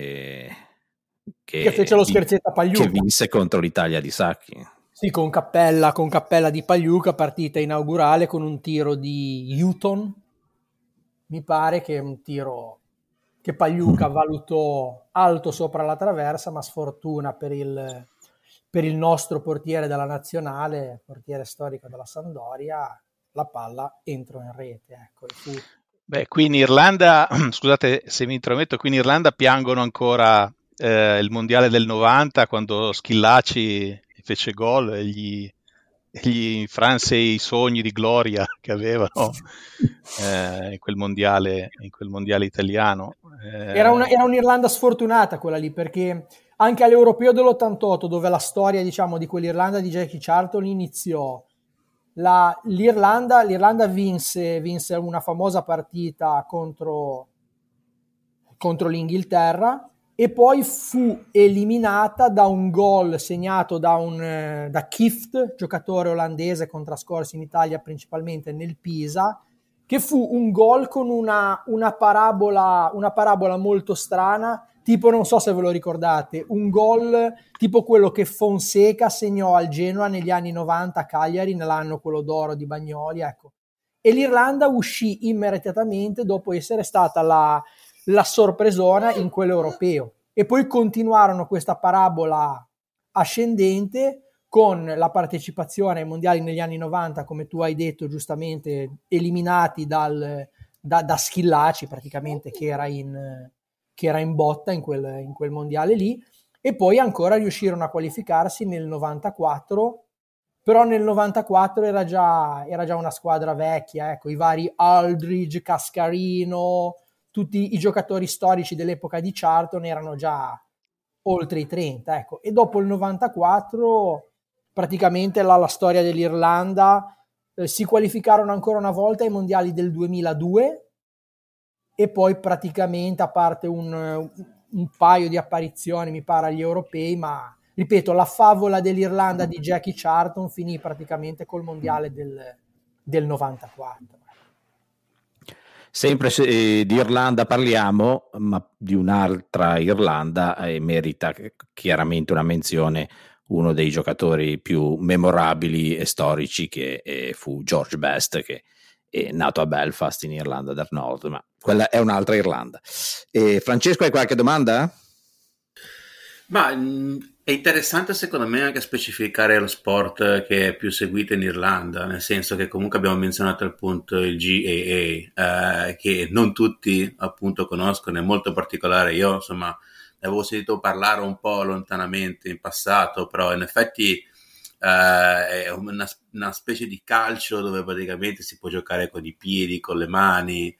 fece lo scherzetto a Pagliuca,
che vinse contro l'Italia di Sacchi.
Sì, con cappella di Pagliuca, partita inaugurale con un tiro di Houghton, mi pare, che è un tiro che Pagliuca valutò alto sopra la traversa, ma sfortuna per il nostro portiere della nazionale, portiere storico della Sampdoria, la palla entrò in rete. Ecco,
Beh, qui in Irlanda, scusate se mi intrometto, qui in Irlanda piangono ancora il mondiale del 90, quando Schillaci fece gol e gli franse i sogni di gloria che avevano in quel mondiale italiano.
Era un'Irlanda sfortunata quella lì, perché anche all'Europeo dell'88, dove la storia, diciamo, di quell'Irlanda di Jackie Charlton iniziò, l'Irlanda vinse una famosa partita contro l'Inghilterra, e poi fu eliminata da un gol segnato da Kieft, giocatore olandese con trascorsi in Italia principalmente nel Pisa, che fu un gol con una parabola molto strana, tipo, non so se ve lo ricordate, un gol tipo quello che Fonseca segnò al Genoa negli anni 90 a Cagliari, nell'anno quello d'oro di Bagnoli, ecco. E l'Irlanda uscì immediatamente dopo essere stata la sorpresona in quello europeo, e poi continuarono questa parabola ascendente, con la partecipazione ai mondiali negli anni 90, come tu hai detto giustamente, eliminati da Schillaci praticamente, che era in botta in quel mondiale lì, e poi ancora riuscirono a qualificarsi nel 94, però nel 94 era già una squadra vecchia, ecco, i vari Aldridge, Cascarino, tutti i giocatori storici dell'epoca di Charlton erano già oltre i 30, ecco. E dopo il 94 praticamente la storia dell'Irlanda, si qualificarono ancora una volta ai mondiali del 2002 e poi praticamente, a parte un paio di apparizioni mi pare agli europei, ma ripeto, la favola dell'Irlanda di Jackie Charlton finì praticamente col mondiale del 94.
Sempre di Irlanda parliamo, ma di un'altra Irlanda, merita chiaramente una menzione uno dei giocatori più memorabili e storici, che fu George Best, che è nato a Belfast in Irlanda del Nord, ma quella è un'altra Irlanda. Francesco, hai qualche domanda?
Ma è interessante secondo me anche specificare lo sport che è più seguito in Irlanda, nel senso che comunque abbiamo menzionato appunto il GAA, che non tutti appunto conoscono, è molto particolare. Io insomma ne avevo sentito parlare un po' lontanamente in passato, però in effetti è una specie di calcio dove praticamente si può giocare con i piedi, con le mani.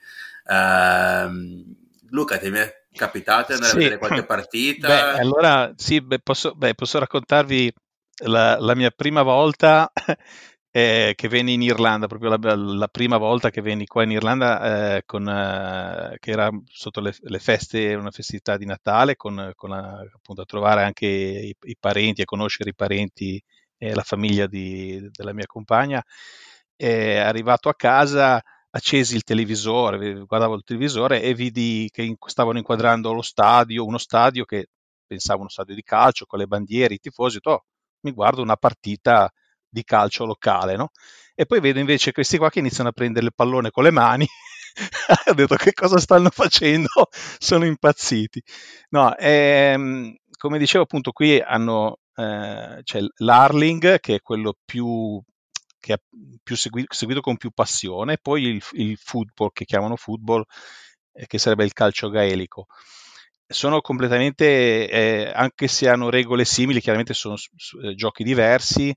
Luca, ti è mai capitato di andare a vedere qualche partita?
Allora sì, posso raccontarvi la mia prima volta che venni in Irlanda, proprio la prima volta che venni qua in Irlanda, che era sotto le feste, una festività di Natale, appunto a trovare anche i parenti, a conoscere i parenti e la famiglia della mia compagna. Arrivato a casa, accesi il televisore, guardavo il televisore e vidi che stavano inquadrando uno stadio che pensavo uno stadio di calcio con le bandiere, i tifosi. Mi guardo una partita di calcio locale, no? E poi vedo invece questi qua che iniziano a prendere il pallone con le mani. Ho detto, che cosa stanno facendo? Sono impazziti. No, come dicevo appunto, qui c'è l'Hurling, che è quello che è più seguito con più passione, poi il football, che chiamano football, che sarebbe il calcio gaelico. Sono completamente, anche se hanno regole simili, chiaramente sono giochi diversi,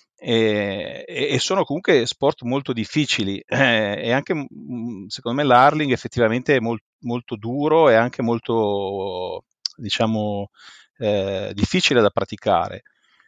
e sono comunque sport molto difficili, e anche secondo me l'hurling effettivamente è molto duro e anche molto, diciamo, difficile da praticare.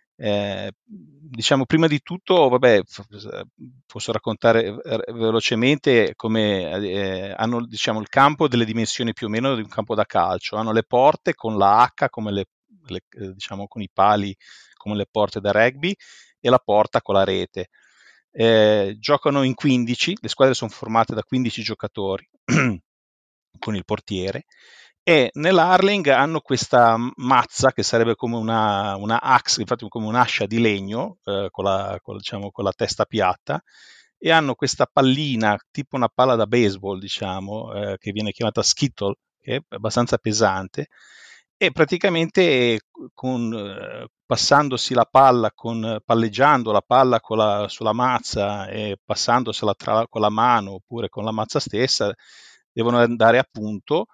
Diciamo, prima di tutto, vabbè, posso raccontare velocemente come hanno, diciamo, il campo delle dimensioni più o meno di un campo da calcio. Hanno le porte con la H come diciamo, con i pali come le porte da rugby, e la porta con la rete. Giocano in 15, le squadre sono formate da 15 giocatori con il portiere, e nell'Hurling hanno questa mazza che sarebbe come una axe, infatti come un'ascia di legno, diciamo, con la testa piatta, e hanno questa pallina tipo una palla da baseball, diciamo, che viene chiamata skittle, che è abbastanza pesante, e praticamente passandosi la palla, palleggiando la palla sulla mazza e passandosela con la mano oppure con la mazza stessa, devono andare a punto,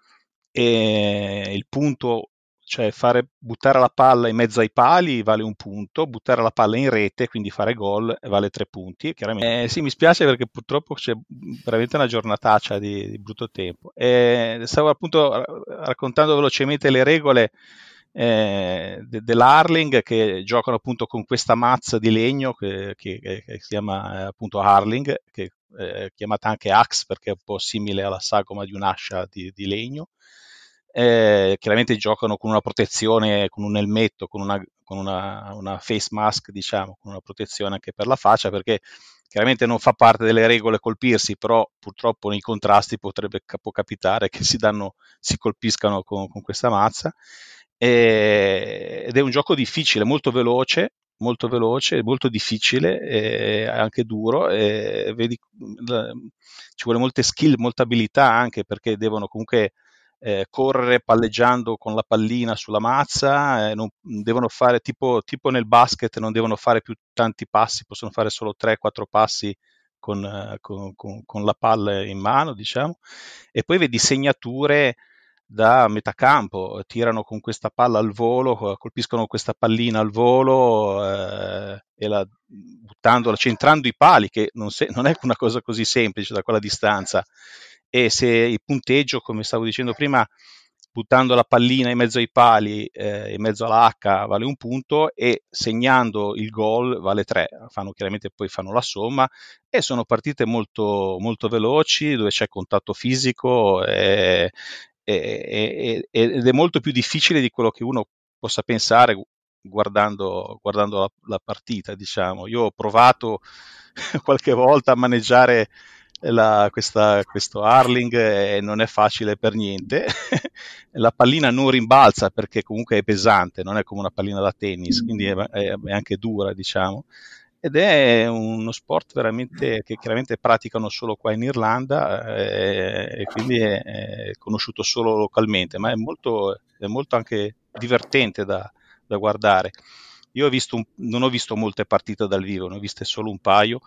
e il punto, cioè buttare la palla in mezzo ai pali vale un punto, buttare la palla in rete, quindi fare gol, vale 3 punti. Chiaramente. Sì, mi spiace perché purtroppo c'è veramente una giornataccia di brutto tempo. Stavo appunto raccontando velocemente le regole dell'Hurling, che giocano appunto con questa mazza di legno che si chiama appunto Hurling, che è chiamata anche axe perché è un po' simile alla sagoma di un'ascia di legno. Chiaramente giocano con una protezione, con un elmetto, con una face mask, diciamo, con una protezione anche per la faccia, perché chiaramente non fa parte delle regole colpirsi, però purtroppo nei contrasti può capitare che si colpiscano con questa mazza. Ed è un gioco difficile, molto veloce, molto difficile e anche duro. Vedi, ci vuole molte skill, molta abilità, anche perché devono comunque correre palleggiando con la pallina sulla mazza, non devono fare tipo nel basket, non devono fare più tanti passi, possono fare solo 3-4 passi con la palla in mano, diciamo, e poi vedi segnature da metà campo, tirano con questa palla al volo, colpiscono questa pallina al volo e buttandola, centrando i pali, che non è una cosa così semplice da quella distanza. E se il punteggio, come stavo dicendo prima, buttando la pallina in mezzo ai pali, in mezzo all'H vale 1 punto e segnando il gol vale 3. Chiaramente poi fanno la somma e sono partite molto, molto veloci dove c'è contatto fisico ed è molto più difficile di quello che uno possa pensare guardando la partita, diciamo. Io ho provato qualche volta a maneggiare questo Arling e non è facile per niente. La pallina non rimbalza perché comunque è pesante, non è come una pallina da tennis, quindi è anche dura, diciamo. Ed è uno sport veramente che chiaramente praticano solo qua in Irlanda e quindi è conosciuto solo localmente, ma è molto anche divertente da guardare. Io non ho visto molte partite dal vivo, ne ho viste solo un paio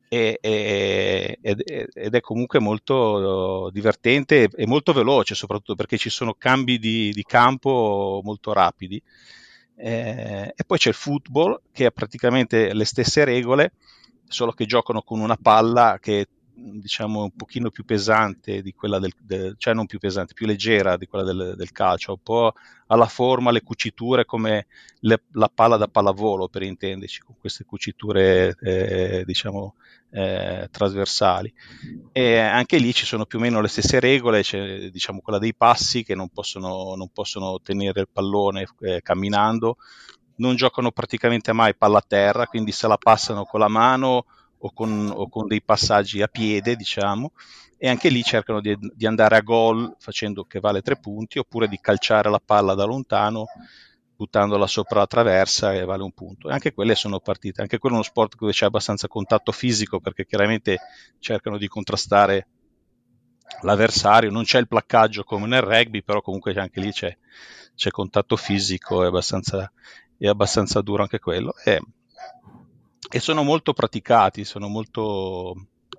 ed è comunque molto divertente e molto veloce, soprattutto perché ci sono cambi di campo molto rapidi. E poi c'è il football, che ha praticamente le stesse regole, solo che giocano con una palla che diciamo un pochino più pesante di quella cioè non più pesante, più leggera di quella del calcio, un po' alla forma, le cuciture come la palla da pallavolo, per intenderci, con queste cuciture diciamo trasversali. E anche lì ci sono più o meno le stesse regole, c'è diciamo quella dei passi che non possono tenere il pallone camminando, non giocano praticamente mai palla a terra, quindi se la passano con la mano o con dei passaggi a piede, diciamo, e anche lì cercano di andare a gol facendo che vale 3 punti, oppure di calciare la palla da lontano buttandola sopra la traversa e vale 1 punto. E anche quelle sono partite, anche quello è uno sport dove c'è abbastanza contatto fisico perché chiaramente cercano di contrastare l'avversario, non c'è il placcaggio come nel rugby, però comunque anche lì c'è contatto fisico, è abbastanza duro anche quello. E sono molto praticati, sono molto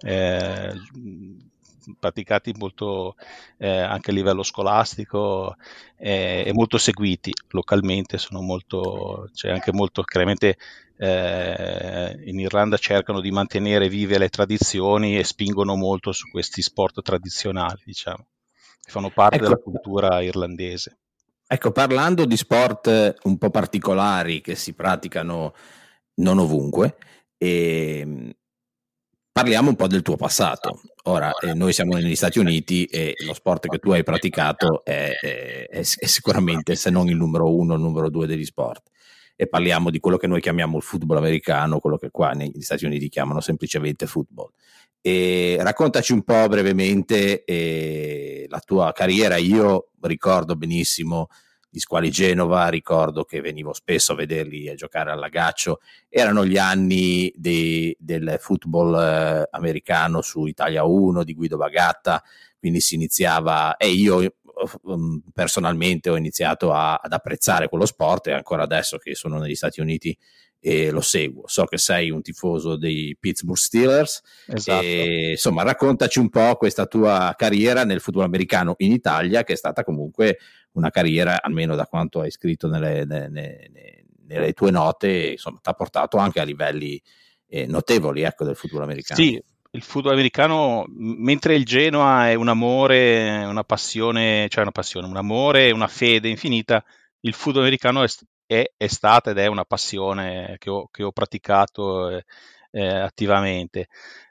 praticati molto anche a livello scolastico e molto seguiti localmente, c'è anche molto chiaramente in Irlanda cercano di mantenere vive le tradizioni e spingono molto su questi sport tradizionali, diciamo, che fanno parte della cultura irlandese.
Ecco, parlando di sport un po' particolari che si praticano non ovunque, parliamo un po' del tuo passato. Ora, noi siamo negli Stati Uniti e lo sport che tu hai praticato è sicuramente, se non il numero 1, il numero 2 degli sport. E parliamo di quello che noi chiamiamo il football americano, quello che qua negli Stati Uniti chiamano semplicemente football. E raccontaci un po' brevemente la tua carriera. Io ricordo benissimo gli Squali Genova, ricordo che venivo spesso a vederli a giocare al Lagaccio. Erano gli anni del football americano su Italia 1 di Guido Bagatta, quindi si iniziava e io personalmente ho iniziato ad apprezzare quello sport e ancora adesso che sono negli Stati Uniti lo seguo. So che sei un tifoso dei Pittsburgh Steelers.
Esatto.
E, insomma, raccontaci un po' questa tua carriera nel football americano in Italia, che è stata comunque una carriera, almeno da quanto hai scritto nelle tue note, insomma, ti ha portato anche a livelli notevoli, ecco, del football americano.
Sì, il football americano, mentre il Genoa è un amore, una passione, un amore, una fede infinita, il football americano è stata ed è una passione che ho praticato attivamente.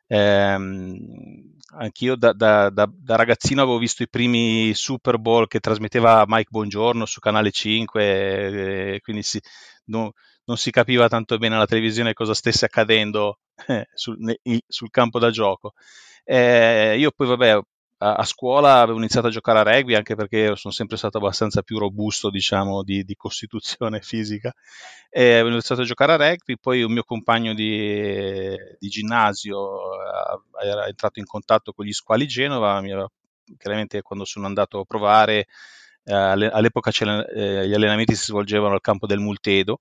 Anch'io da ragazzino avevo visto i primi Super Bowl che trasmetteva Mike Bongiorno su Canale 5, quindi non si capiva tanto bene alla televisione cosa stesse accadendo sul campo da gioco. Io poi vabbè a scuola avevo iniziato a giocare a rugby anche perché sono sempre stato abbastanza più robusto, diciamo, di costituzione fisica. Avevo iniziato a giocare a rugby, poi un mio compagno di ginnasio era entrato in contatto con gli Squali Genova, mi aveva chiaramente quando sono andato a provare, all'epoca gli allenamenti si svolgevano al campo del Multedo,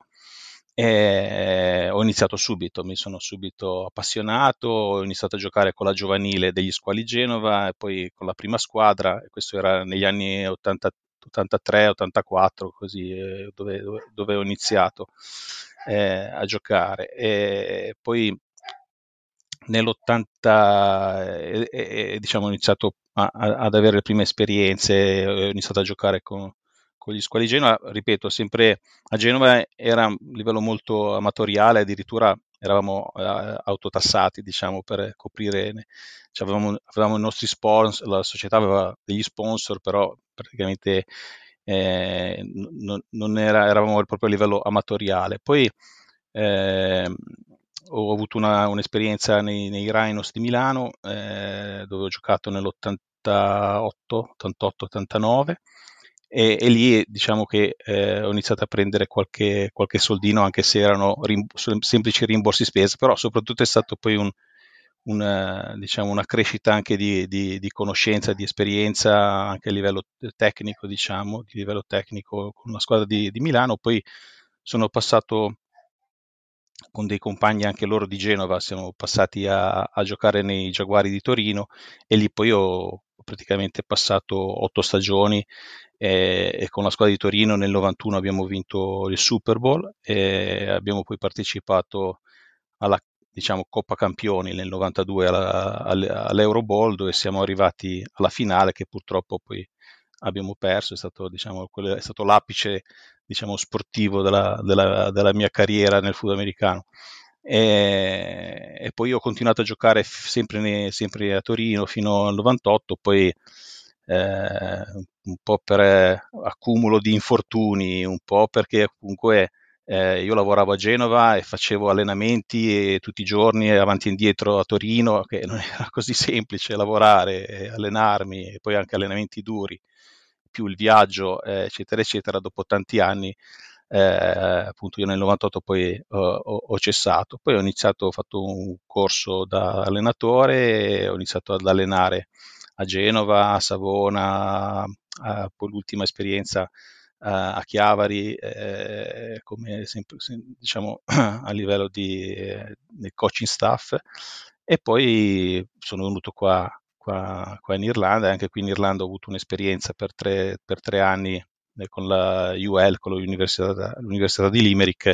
e ho iniziato subito, mi sono subito appassionato, ho iniziato a giocare con la giovanile degli Squali Genova e poi con la prima squadra, e questo era negli anni 80, 83-84, così, dove ho iniziato a giocare. E poi nell'80 diciamo, ho iniziato ad avere le prime esperienze, ho iniziato a giocare con gli Squali Genova, ripeto, sempre a Genova era un livello molto amatoriale, addirittura eravamo autotassati, diciamo, per coprire, cioè avevamo i nostri sponsor, la società aveva degli sponsor, però praticamente eravamo proprio a livello amatoriale. Poi ho avuto un'esperienza nei Rhinos di Milano, dove ho giocato nell'88, 88-89, e lì diciamo che ho iniziato a prendere qualche soldino, anche se erano semplici rimborsi spese, però soprattutto è stato poi diciamo una crescita anche di conoscenza, di esperienza anche a livello tecnico, diciamo, di livello tecnico con la squadra di Milano. Poi sono passato con dei compagni anche loro di Genova, siamo passati a giocare nei Giaguari di Torino, e lì poi ho praticamente passato 8 stagioni, e con la squadra di Torino nel 91 abbiamo vinto il Super Bowl e abbiamo poi partecipato alla, diciamo, Coppa Campioni nel 92 all'Euro Bowl, dove siamo arrivati alla finale, che purtroppo poi abbiamo perso. È stato, diciamo, è stato l'apice, diciamo, sportivo della mia carriera nel football americano. E poi ho continuato a giocare sempre a Torino fino al 98, poi un po' per accumulo di infortuni, un po' perché comunque io lavoravo a Genova e facevo allenamenti tutti i giorni avanti e indietro a Torino, che non era così semplice lavorare e allenarmi, e poi anche allenamenti duri, più il viaggio, eccetera, eccetera. Dopo tanti anni, appunto io nel 98 poi ho cessato, poi ho fatto un corso da allenatore e ho iniziato ad allenare a Genova, a Savona, poi l'ultima esperienza a Chiavari, come sempre, diciamo, a livello di coaching staff, e poi sono venuto qua in Irlanda, e anche qui in Irlanda ho avuto un'esperienza per tre anni con la UL, con l'Università di Limerick,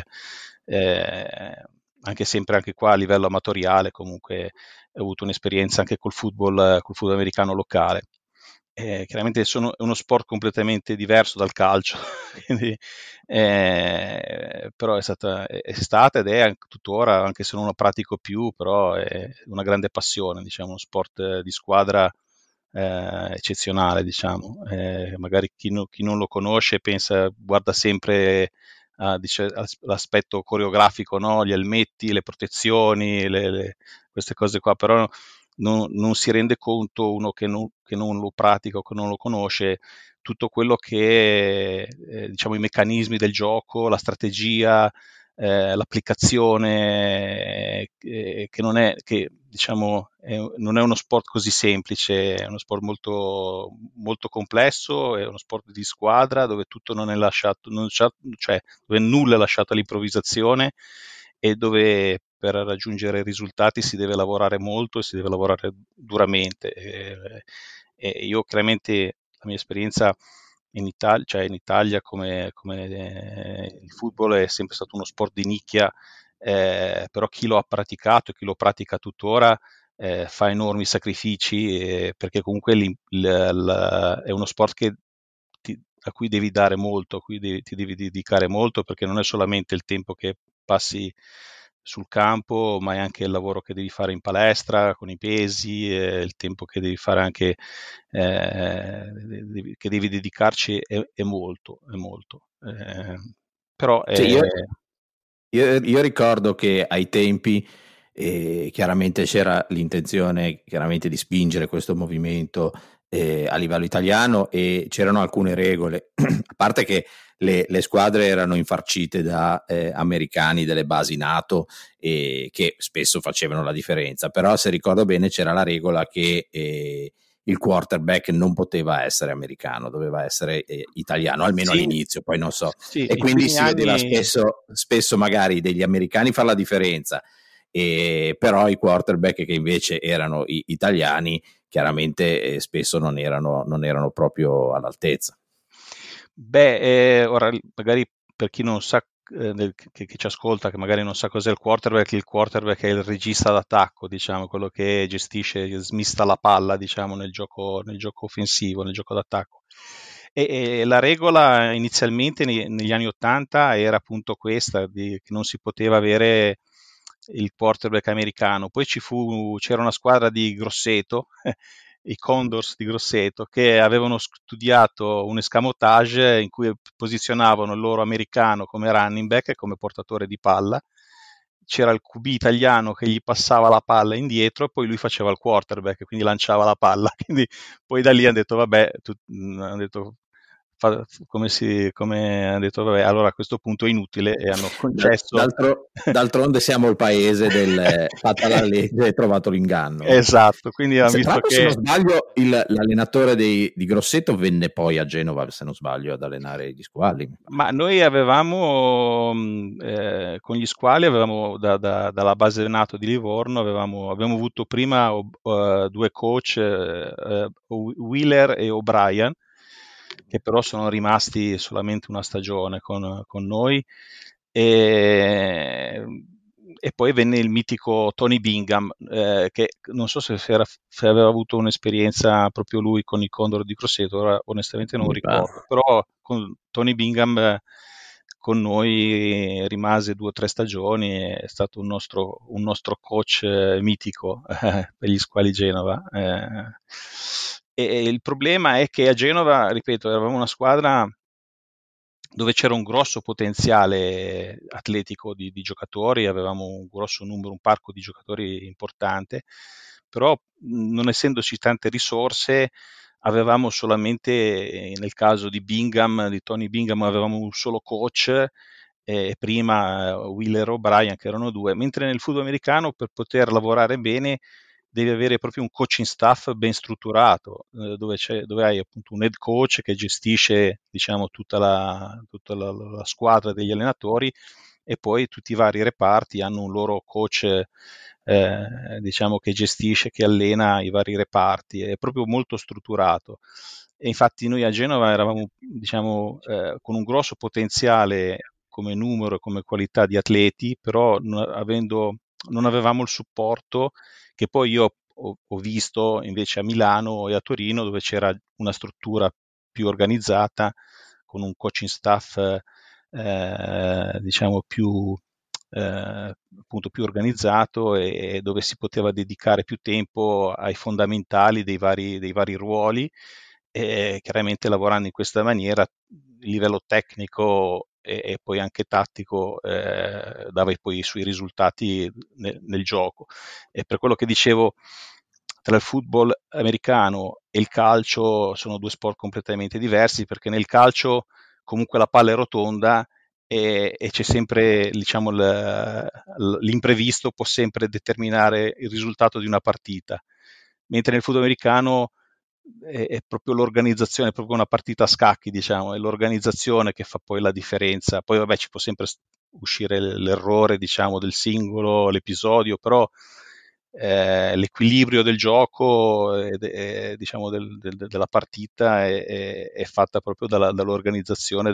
anche sempre anche qua a livello amatoriale. Comunque ho avuto un'esperienza anche col football americano locale. Chiaramente è uno sport completamente diverso dal calcio, quindi, però è stata ed è anche tuttora, anche se non lo pratico più, però è una grande passione, diciamo, uno sport di squadra eccezionale, diciamo. Magari chi non lo conosce guarda sempre dice, l'aspetto coreografico, no? Gli elmetti, le protezioni, queste cose qua, però non si rende conto uno che non lo pratica o che non lo conosce, tutto quello che diciamo, i meccanismi del gioco, la strategia, l'applicazione, diciamo, non è uno sport così semplice, è uno sport molto, molto complesso, è uno sport di squadra dove tutto non è lasciato, cioè dove nulla è lasciato all'improvvisazione, e dove per raggiungere risultati si deve lavorare molto e si deve lavorare duramente. E io chiaramente la mia esperienza in Italia come il football è sempre stato uno sport di nicchia, però chi lo ha praticato e chi lo pratica tuttora fa enormi sacrifici, perché comunque è uno sport a cui devi dare molto, a cui ti devi dedicare molto, perché non è solamente il tempo che passi sul campo, ma è anche il lavoro che devi fare in palestra con i pesi, il tempo che devi fare anche, che devi dedicarci è molto, è molto. Però
sì, io ricordo che ai tempi chiaramente c'era l'intenzione chiaramente di spingere questo movimento a livello italiano, e c'erano alcune regole, a parte che le squadre erano infarcite da americani delle basi NATO, che spesso facevano la differenza, però se ricordo bene c'era la regola che il quarterback non poteva essere americano, doveva essere italiano, almeno
Sì,
all'inizio, poi non so.
sì,
E
i
quindi
primi
si vedeva
anni.
spesso magari degli americani fare la differenza, però i quarterback che invece erano italiani chiaramente spesso non erano proprio all'altezza.
Beh, ora magari per chi non sa, che ci ascolta, che magari non sa cos'è il quarterback è il regista d'attacco, diciamo, quello che gestisce, che smista la palla, diciamo, nel gioco offensivo, nel gioco d'attacco. E la regola inizialmente negli anni 80 era appunto questa, che non si poteva avere il quarterback americano. Poi c'era una squadra di Grosseto, i Condors di Grosseto, che avevano studiato un escamotage in cui posizionavano il loro americano come running back e come portatore di palla. C'era il QB italiano che gli passava la palla indietro e poi lui faceva il quarterback, quindi lanciava la palla. Quindi poi da lì hanno detto, vabbè, hanno detto, come hanno detto, vabbè, allora a questo punto è inutile e hanno concesso.
D'altronde siamo il paese del fatta la legge e trovato l'inganno.
Esatto, quindi hanno visto
Tra
che...
se non sbaglio, l'allenatore di Grosseto venne poi a Genova, se non sbaglio, ad allenare gli squali.
Ma noi avevamo, con gli squali, avevamo dalla base NATO di Livorno, abbiamo avuto prima due coach, Wheeler e O'Brien, che però sono rimasti solamente una stagione con noi. E poi venne il mitico Tony Bingham, che non so se aveva avuto un'esperienza proprio lui con i Condor di Grosseto, ora onestamente non ricordo, però con Tony Bingham con noi rimase 2 o 3 stagioni, è stato un nostro coach mitico per gli squali Genova. E il problema è che a Genova, ripeto, eravamo una squadra dove c'era un grosso potenziale atletico di giocatori, avevamo un grosso numero, un parco di giocatori importante, però non essendoci tante risorse, avevamo solamente, nel caso di Bingham, di Tony Bingham, avevamo un solo coach, e prima Wheeler O'Brien, che erano 2, mentre nel football americano per poter lavorare bene devi avere proprio un coaching staff ben strutturato, dove hai appunto un head coach che gestisce, diciamo, tutta la squadra degli allenatori, e poi tutti i vari reparti hanno un loro coach, diciamo, che gestisce, che allena i vari reparti, è proprio molto strutturato. E infatti noi a Genova eravamo, diciamo, con un grosso potenziale come numero e come qualità di atleti, però non avevamo il supporto che poi io ho visto invece a Milano e a Torino, dove c'era una struttura più organizzata, con un coaching staff diciamo appunto più organizzato, e dove si poteva dedicare più tempo ai fondamentali dei vari ruoli, e chiaramente lavorando in questa maniera il livello tecnico e poi anche tattico dava poi i suoi risultati nel gioco. E per quello che dicevo, tra il football americano e il calcio sono 2 sport completamente diversi, perché nel calcio comunque la palla è rotonda e c'è sempre, diciamo, l'imprevisto può sempre determinare il risultato di una partita, mentre nel football americano è proprio l'organizzazione, è proprio una partita a scacchi, diciamo, è l'organizzazione che fa poi la differenza. Poi vabbè, ci può sempre uscire l'errore, diciamo, del singolo, l'episodio, però l'equilibrio del gioco, diciamo, della partita è fatta proprio dall'organizzazione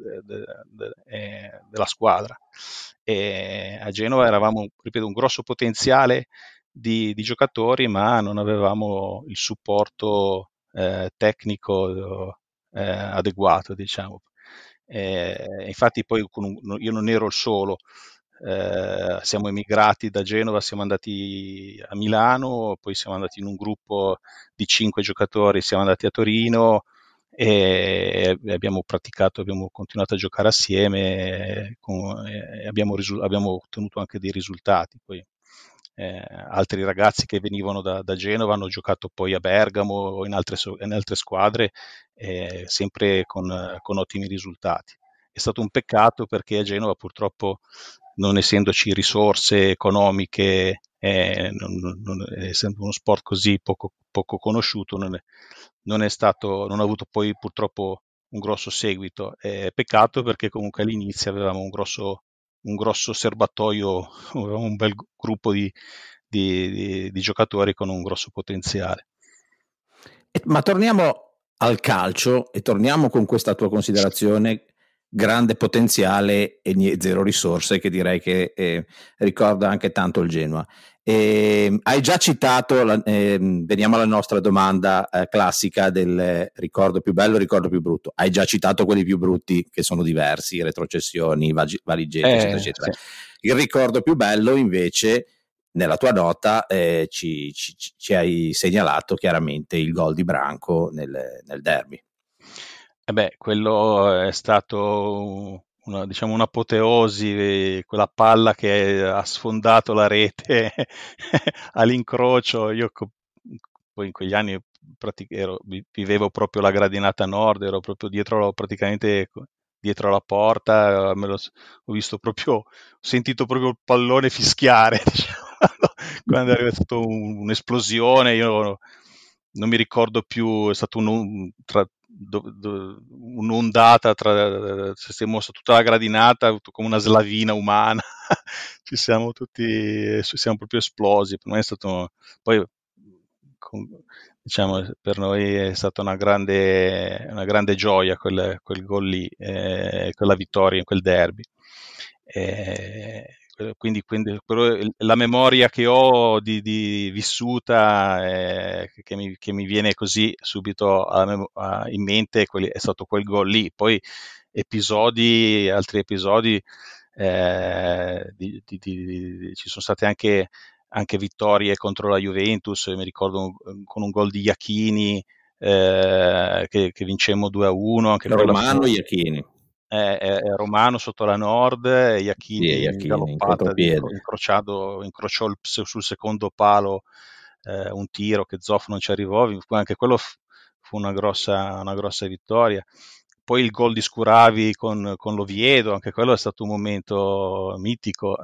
della squadra. E a Genova eravamo, ripeto, un grosso potenziale di giocatori, ma non avevamo il supporto tecnico adeguato, diciamo. Infatti poi io non ero il solo, siamo emigrati da Genova, siamo andati a Milano, poi siamo andati in un gruppo di 5 giocatori, siamo andati a Torino e abbiamo continuato a giocare assieme, e abbiamo ottenuto anche dei risultati. Poi altri ragazzi che venivano da Genova hanno giocato poi a Bergamo o in altre squadre, sempre con ottimi risultati. È stato un peccato perché a Genova purtroppo non essendoci risorse economiche, essendo uno sport così poco conosciuto, non ha avuto poi purtroppo un grosso seguito. Peccato, perché comunque all'inizio avevamo un grosso serbatoio, avevamo un bel gruppo di giocatori con un grosso potenziale.
Ma torniamo al calcio e torniamo con questa tua considerazione: grande potenziale e zero risorse, che direi che ricorda anche tanto il Genoa. Hai già citato, veniamo alla nostra domanda classica del ricordo più bello, ricordo più brutto. Hai già citato quelli più brutti, che sono diversi, retrocessioni, valigette, eccetera, eccetera. Sì. Il ricordo più bello, invece, nella tua nota ci hai segnalato chiaramente il gol di Branco nel derby.
Quello è stato un'apoteosi, quella palla che ha sfondato la rete all'incrocio. Io poi in quegli anni vivevo proprio la gradinata nord, ero proprio praticamente dietro la porta, ho visto proprio, ho sentito proprio il pallone fischiare, diciamo, quando è stata un'esplosione. Io non mi ricordo più, è stato un'ondata, si è mossa tutta la gradinata come una slavina umana. ci siamo proprio esplosi. Per me è stato, poi diciamo, per noi è stata una grande gioia quel gol lì, quella vittoria in quel derby. Quindi però la memoria che ho di vissuta, che mi viene così subito in mente, è stato quel gol lì. Poi altri episodi, ci sono state anche vittorie contro la Juventus. Mi ricordo con un gol di Iachini, che vincemmo 2-1. Anche
Romano Iachini.
Romano sotto la Nord, Iachini in galoppata, incrociò sul secondo palo un tiro che Zoff non ci arrivò. Anche quello fu una grossa vittoria. Poi il gol di Scuravi con l'Oviedo, anche quello è stato un momento mitico.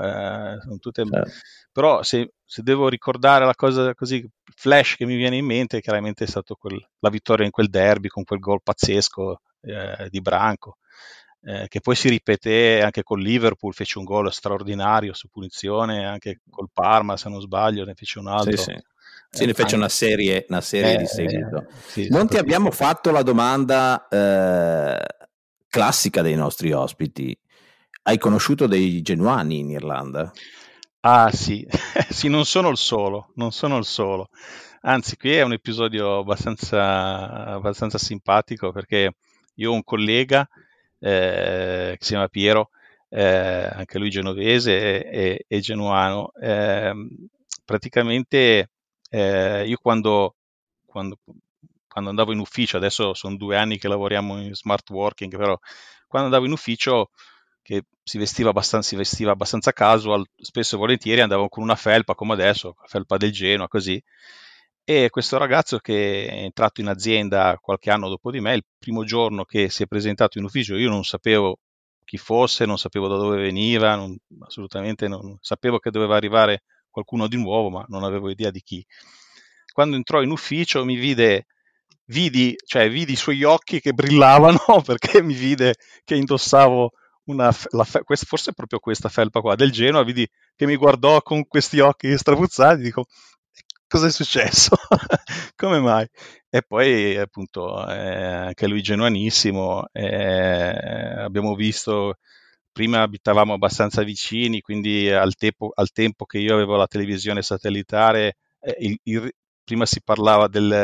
Però se devo ricordare la cosa così, flash che mi viene in mente, chiaramente è stato la vittoria in quel derby con quel gol pazzesco di Branco. Che poi si ripeté anche con Liverpool, fece un gol straordinario su punizione, anche col Parma, se non sbaglio, ne fece un altro.
Sì, ne fece una serie di seguito. Non ti abbiamo fatto la domanda classica dei nostri ospiti. Hai conosciuto dei genuani in Irlanda?
Ah sì, sì, non sono il solo. Anzi, qui è un episodio abbastanza simpatico, perché io ho un collega che si chiama Piero, anche lui genovese e genuano. Praticamente io quando andavo in ufficio, adesso sono 2 anni che lavoriamo in smart working, però quando andavo in ufficio, che si vestiva abbastanza casual, spesso e volentieri andavo con una felpa, come adesso, la felpa del Genoa, così. E questo ragazzo, che è entrato in azienda qualche anno dopo di me, il primo giorno che si è presentato in ufficio, io non sapevo chi fosse, non sapevo da dove veniva, assolutamente non sapevo che doveva arrivare qualcuno di nuovo, ma non avevo idea di chi. Quando entrò in ufficio vidi i suoi occhi che brillavano perché mi vide che indossavo forse proprio questa felpa qua del Genoa, vidi che mi guardò con questi occhi strabuzzati, dico: cosa è successo? Come mai? E poi appunto anche lui genuanissimo, abbiamo visto, prima abitavamo abbastanza vicini, quindi al tempo che io avevo la televisione satellitare, prima si parlava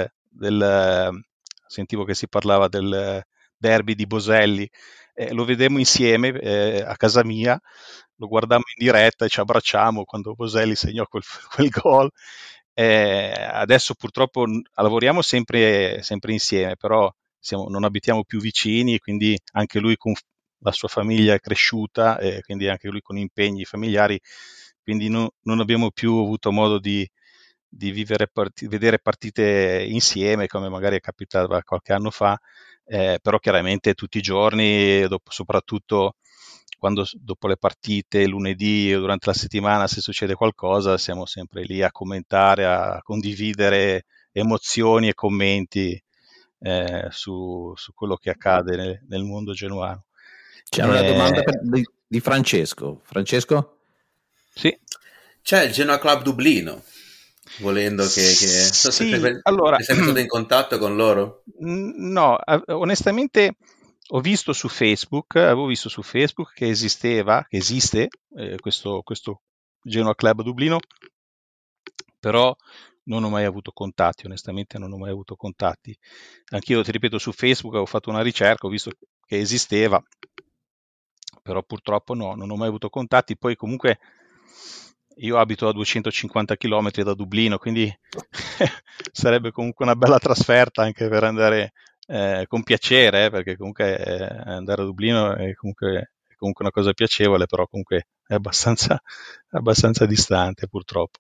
sentivo che si parlava del derby di Boselli, lo vedemmo insieme a casa mia, lo guardammo in diretta e ci abbracciamo quando Boselli segnò quel gol. Adesso purtroppo lavoriamo sempre insieme, però non abitiamo più vicini, quindi anche lui con la sua famiglia è cresciuta, e quindi anche lui con impegni familiari, quindi non abbiamo più avuto modo di vedere partite insieme, come magari capitava qualche anno fa, però chiaramente tutti i giorni, soprattutto quando dopo le partite, lunedì o durante la settimana, se succede qualcosa, siamo sempre lì a commentare, a condividere emozioni e commenti su quello che accade nel mondo genuano.
C'è una domanda di Francesco. Francesco?
Sì.
C'è il Genoa Club Dublino, volendo che
sì, allora,
sei stato in contatto con loro?
No, onestamente avevo visto su Facebook che esiste questo Genoa Club Dublino, però non ho mai avuto contatti, onestamente non ho mai avuto contatti. Anch'io, ti ripeto, su Facebook avevo fatto una ricerca, ho visto che esisteva, però purtroppo no, non ho mai avuto contatti. Poi comunque io abito a 250 km da Dublino, quindi sarebbe comunque una bella trasferta anche per andare con piacere, perché comunque andare a Dublino è comunque una cosa piacevole, però comunque è abbastanza distante purtroppo.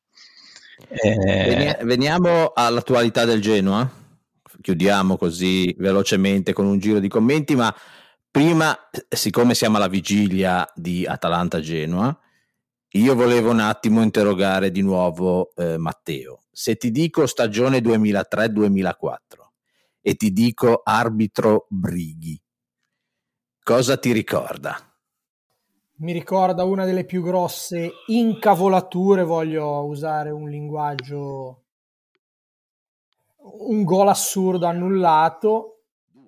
Veniamo all'attualità del Genoa. Chiudiamo così velocemente con un giro di commenti, ma prima, siccome siamo alla vigilia di Atalanta-Genoa, io volevo un attimo interrogare di nuovo Matteo. Se ti dico stagione 2003-2004 e ti dico arbitro Brighi, cosa ti ricorda?
Mi ricorda una delle più grosse incavolature, voglio usare un linguaggio, un gol assurdo annullato,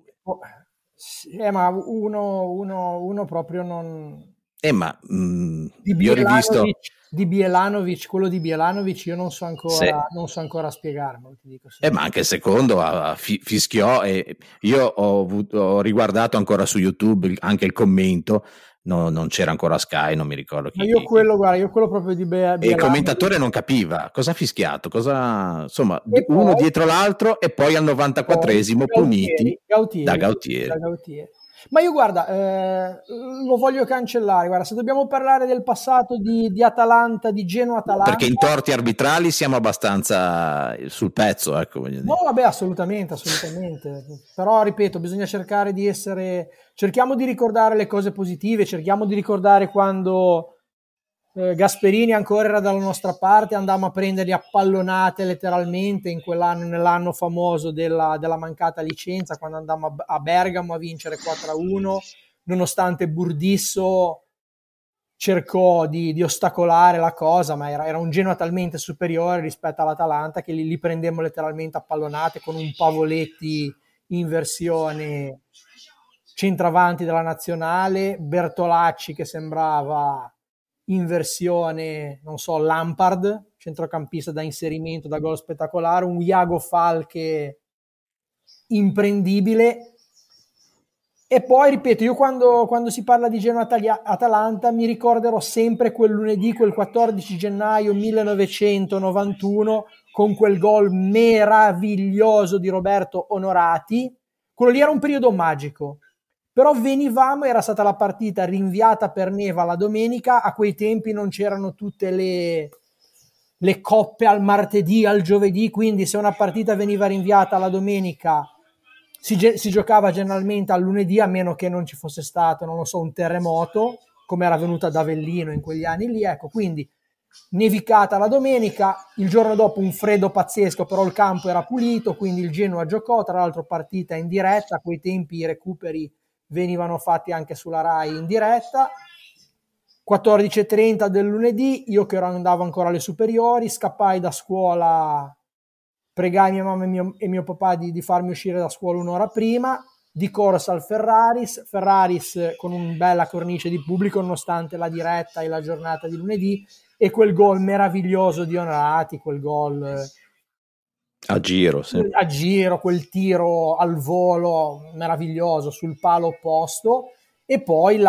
ma uno proprio non...
io ho rivisto
di Bielanovic, quello di Bielanovic io non so ancora spiegarmelo, ti dico.
Ma anche il secondo fischiò, e io ho riguardato ancora su YouTube anche il commento, non c'era ancora Sky, non mi ricordo chi.
Ma io quello proprio di Bielanovic.
E il commentatore non capiva cosa ha fischiato, insomma, uno dietro l'altro, e poi al 94esimo puniti da Gautieri.
Ma io guarda, lo voglio cancellare. Guarda, se dobbiamo parlare del passato di Atalanta, di Genoa-Atalanta,
perché in torti arbitrali siamo abbastanza sul pezzo, ecco.
No, vabbè, assolutamente. Però ripeto, bisogna cercare cerchiamo di ricordare le cose positive, cerchiamo di ricordare quando Gasperini ancora era dalla nostra parte, andavamo a prenderli a pallonate letteralmente in quell'anno, nell'anno famoso della mancata licenza, quando andammo a Bergamo a vincere 4-1, nonostante Burdisso cercò di ostacolare la cosa, ma era un Genoa talmente superiore rispetto all'Atalanta che li prendemmo letteralmente a pallonate con un Pavoletti in versione centravanti della nazionale, Bertolacci che sembrava in versione, non so, Lampard, centrocampista da inserimento, da gol spettacolare, un Iago Falche imprendibile. E poi, ripeto, io quando si parla di Genoa-Atalanta mi ricorderò sempre quel lunedì, quel 14 gennaio 1991, con quel gol meraviglioso di Roberto Onorati. Quello lì era un periodo magico. Però era stata la partita rinviata per neva la domenica, a quei tempi non c'erano tutte le coppe al martedì, al giovedì, quindi se una partita veniva rinviata alla domenica si giocava generalmente al lunedì, a meno che non ci fosse stato, non lo so, un terremoto, come era avvenuto ad Avellino in quegli anni lì, ecco, quindi nevicata la domenica, il giorno dopo un freddo pazzesco, però il campo era pulito, quindi il Genoa giocò, tra l'altro partita in diretta, a quei tempi i recuperi venivano fatti anche sulla Rai in diretta. 14:30 del lunedì, io che andavo ancora alle superiori, scappai da scuola, pregai mia mamma e mio papà di farmi uscire da scuola un'ora prima, di corsa al Ferraris con una bella cornice di pubblico nonostante la diretta e la giornata di lunedì, e quel gol meraviglioso di Onorati, quel gol
a giro,
quel tiro al volo meraviglioso sul palo opposto, e poi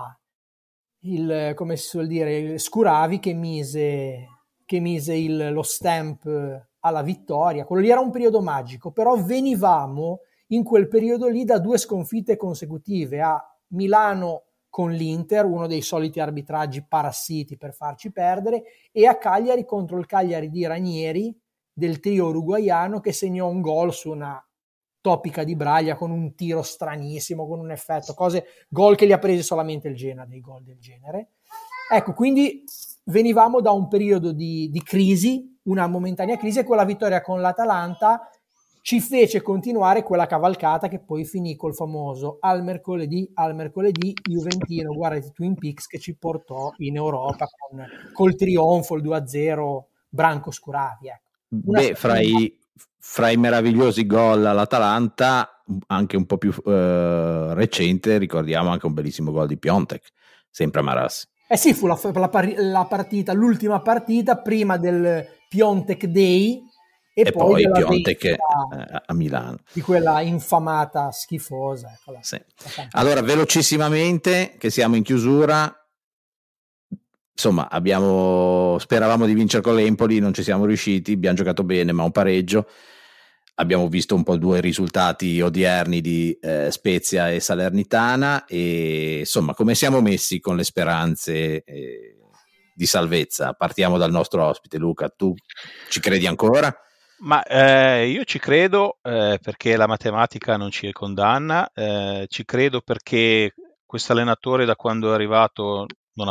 come si suol dire, il Scuravi che mise lo stamp alla vittoria. Quello lì era un periodo magico, però venivamo in quel periodo lì da 2 sconfitte consecutive, a Milano con l'Inter, uno dei soliti arbitraggi parassiti per farci perdere, e a Cagliari contro il Cagliari di Ranieri, del trio uruguaiano, che segnò un gol su una topica di Braglia con un tiro stranissimo, con un effetto, gol che li ha presi solamente il Genoa, dei gol del genere. Ecco, quindi venivamo da un periodo di crisi, una momentanea crisi, e quella vittoria con l'Atalanta ci fece continuare quella cavalcata che poi finì col famoso al mercoledì Juventino, guarda i Twin Peaks, che ci portò in Europa col trionfo, il 2-0 Branco Scuravi. Ecco.
Beh, fra i meravigliosi gol all'Atalanta, anche un po' più recente, ricordiamo anche un bellissimo gol di Piontek, sempre a Marassi.
Sì, fu la partita, l'ultima partita prima del Piontek Day e poi
Piontek a Milano.
Di quella infamata schifosa. Eccola.
Sì. Allora, velocissimamente, che siamo in chiusura, insomma, speravamo di vincere con l'Empoli, non ci siamo riusciti, abbiamo giocato bene, ma un pareggio. Abbiamo visto un po' due risultati odierni di Spezia e Salernitana, e insomma, come siamo messi con le speranze di salvezza? Partiamo dal nostro ospite. Luca, tu ci credi ancora?
Ma io ci credo perché la matematica non ci condanna, ci credo perché questo allenatore, da quando è arrivato,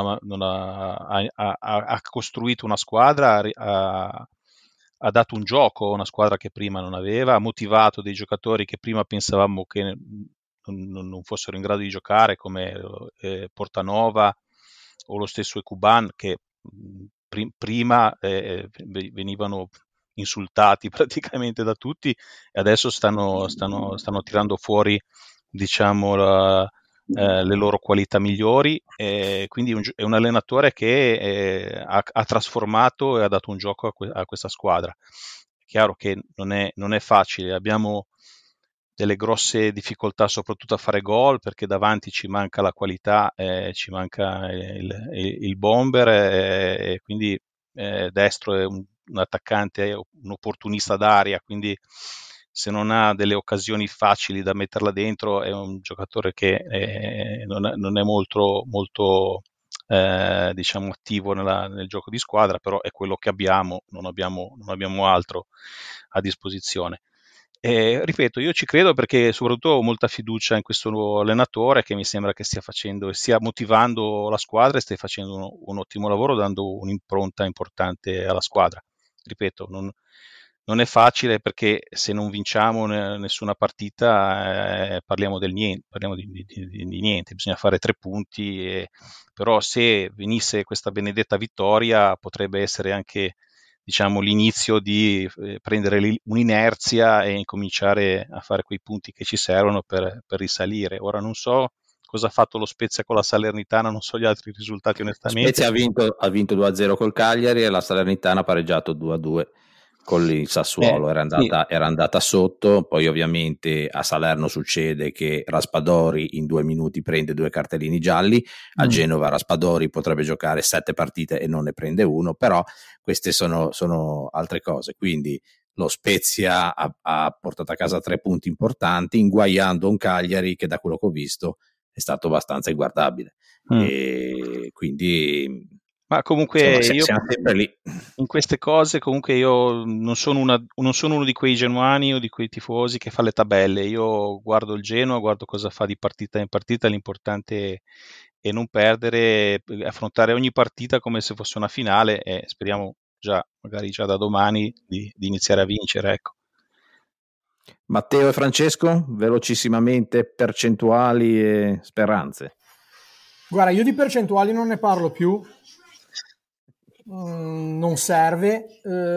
ha costruito una squadra, ha dato un gioco a una squadra che prima non aveva, ha motivato dei giocatori che prima pensavamo che non fossero in grado di giocare, come Portanova o lo stesso Ekuban, che prima venivano insultati praticamente da tutti, e adesso stanno tirando fuori, diciamo, le loro qualità migliori, quindi è un allenatore che ha trasformato e ha dato un gioco a questa squadra. È chiaro che non è facile, abbiamo delle grosse difficoltà soprattutto a fare gol, perché davanti ci manca la qualità, ci manca il bomber, e quindi destro è un attaccante, un opportunista d'area, quindi se non ha delle occasioni facili da metterla dentro è un giocatore che non è molto diciamo attivo nel gioco di squadra, però è quello che abbiamo, non abbiamo altro a disposizione. Ripeto, io ci credo perché soprattutto ho molta fiducia in questo nuovo allenatore, che mi sembra che stia motivando la squadra e stia facendo un ottimo lavoro, dando un'impronta importante alla squadra. Ripeto, non è facile, perché se non vinciamo nessuna partita parliamo del niente, parliamo di niente, bisogna fare 3 punti, però se venisse questa benedetta vittoria potrebbe essere anche, diciamo, l'inizio di prendere un'inerzia e incominciare a fare quei punti che ci servono per risalire. Ora non so cosa ha fatto lo Spezia con la Salernitana, non so gli altri risultati onestamente.
Spezia ha vinto 2-0 col Cagliari e la Salernitana ha pareggiato 2-2 con il Sassuolo, era andata sotto. Poi ovviamente a Salerno succede che Raspadori in 2 minuti prende 2 cartellini gialli, a Genova Raspadori potrebbe giocare 7 partite e non ne prende 1, però queste sono altre cose. Quindi lo Spezia ha portato a casa 3 punti importanti, inguaiando un Cagliari che, da quello che ho visto, è stato abbastanza inguardabile. E quindi,
ma comunque,
insomma, siamo sempre lì.
In queste cose comunque io non sono uno di quei genuani o di quei tifosi che fa le tabelle. Io guardo il Genoa, guardo cosa fa di partita in partita, l'importante è non perdere, affrontare ogni partita come se fosse una finale, e speriamo magari già da domani di iniziare a vincere, ecco.
Matteo e Francesco, velocissimamente, percentuali e speranze.
Guarda, io di percentuali non ne parlo più, non serve.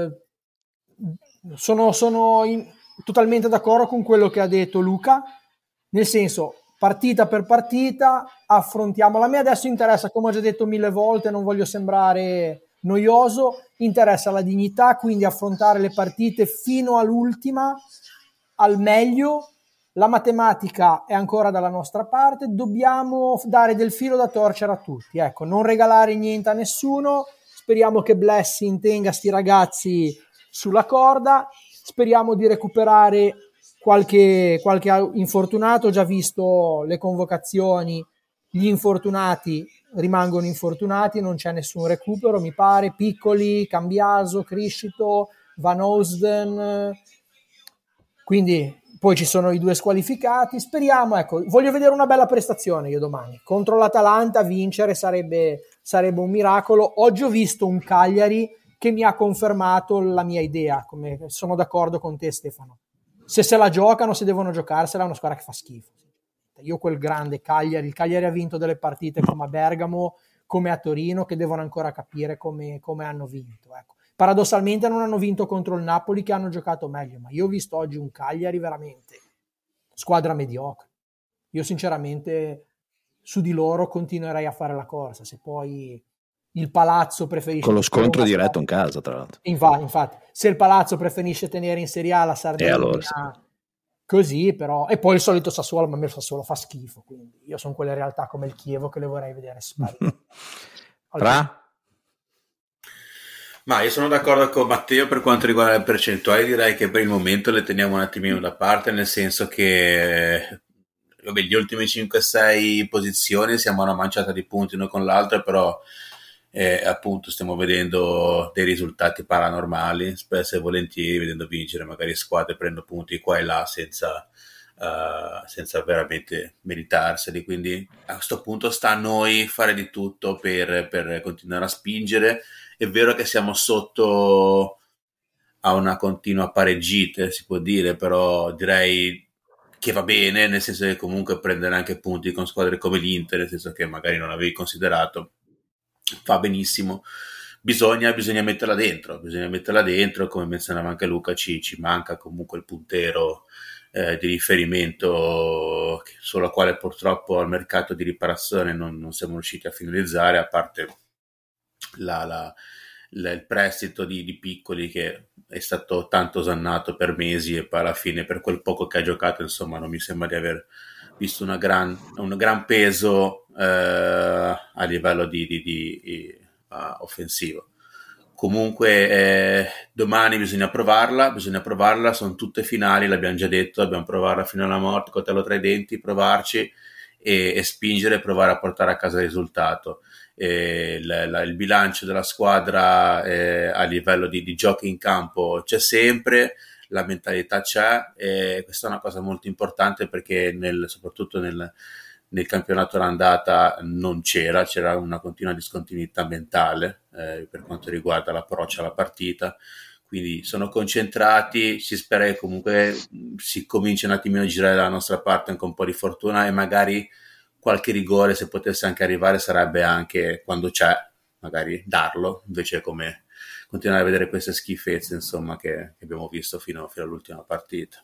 Sono totalmente d'accordo con quello che ha detto Luca, nel senso, partita per partita affrontiamola. A me adesso interessa, come ho già detto 1000 volte, non voglio sembrare noioso, interessa la dignità, quindi affrontare le partite fino all'ultima, al meglio. La matematica è ancora dalla nostra parte, dobbiamo dare del filo da torcere a tutti, ecco, non regalare niente a nessuno. Speriamo che Blessing tenga sti ragazzi sulla corda, speriamo di recuperare qualche infortunato. Ho già visto le convocazioni, gli infortunati rimangono infortunati, non c'è nessun recupero, mi pare. Piccoli, Cambiaso, Criscito, Van Osden, quindi poi ci sono i 2 squalificati, speriamo, ecco, voglio vedere una bella prestazione io domani, contro l'Atalanta vincere sarebbe un miracolo. Oggi ho visto un Cagliari che mi ha confermato la mia idea, come sono d'accordo con te Stefano, se la giocano, se devono giocarsela, è una squadra che fa schifo. Io quel grande Cagliari, il Cagliari ha vinto delle partite come a Bergamo, come a Torino, che devono ancora capire come hanno vinto, ecco. Paradossalmente non hanno vinto contro il Napoli, che hanno giocato meglio, ma io ho visto oggi un Cagliari veramente squadra mediocre. Io sinceramente su di loro continuerei a fare la corsa, se poi il Palazzo preferisce...
Con lo scontro diretto in casa, tra l'altro.
Infatti, se il Palazzo preferisce tenere in Serie A la Sardegna...
allora sì.
Così però, e poi il solito Sassuolo, ma a me il Sassuolo fa schifo, quindi io sono quelle realtà come il Chievo che le vorrei vedere sparire.
Ma io sono d'accordo con Matteo per quanto riguarda le percentuali, direi che per il momento le teniamo un attimino da parte, nel senso che gli ultimi 5-6 posizioni siamo a una manciata di punti uno con l'altro, però appunto stiamo vedendo dei risultati paranormali, spesso e volentieri vedendo vincere magari squadre prendo punti qua e là senza veramente meritarseli, quindi a questo punto sta a noi fare di tutto per continuare a spingere. È vero che siamo sotto a una continua pareggite, si può dire, però direi che va bene, nel senso che comunque prendere anche punti con squadre come l'Inter, nel senso che magari non avevi considerato, fa benissimo. Bisogna metterla dentro, come menzionava anche Luca, ci manca comunque il puntero di riferimento sulla quale purtroppo al mercato di riparazione non siamo riusciti a finalizzare, a parte il prestito di Piccoli, che è stato tanto osannato per mesi e poi alla fine per quel poco che ha giocato insomma non mi sembra di aver visto un gran peso a livello di offensivo. Comunque domani bisogna provarla, sono tutte finali, l'abbiamo già detto, dobbiamo provarla fino alla morte, coltello tra i denti, provarci e spingere, provare a portare a casa il risultato. Il bilancio della squadra a livello di giochi in campo c'è sempre, la mentalità c'è, e questa è una cosa molto importante perché soprattutto nel campionato d'andata non c'era una continua discontinuità mentale per quanto riguarda l'approccio alla partita, quindi sono concentrati, si spera che comunque si cominci un attimino a girare dalla nostra parte anche un po' di fortuna e magari qualche rigore, se potesse anche arrivare, sarebbe anche quando c'è, magari darlo, invece come continuare a vedere queste schifezze insomma che abbiamo visto fino all'ultima partita.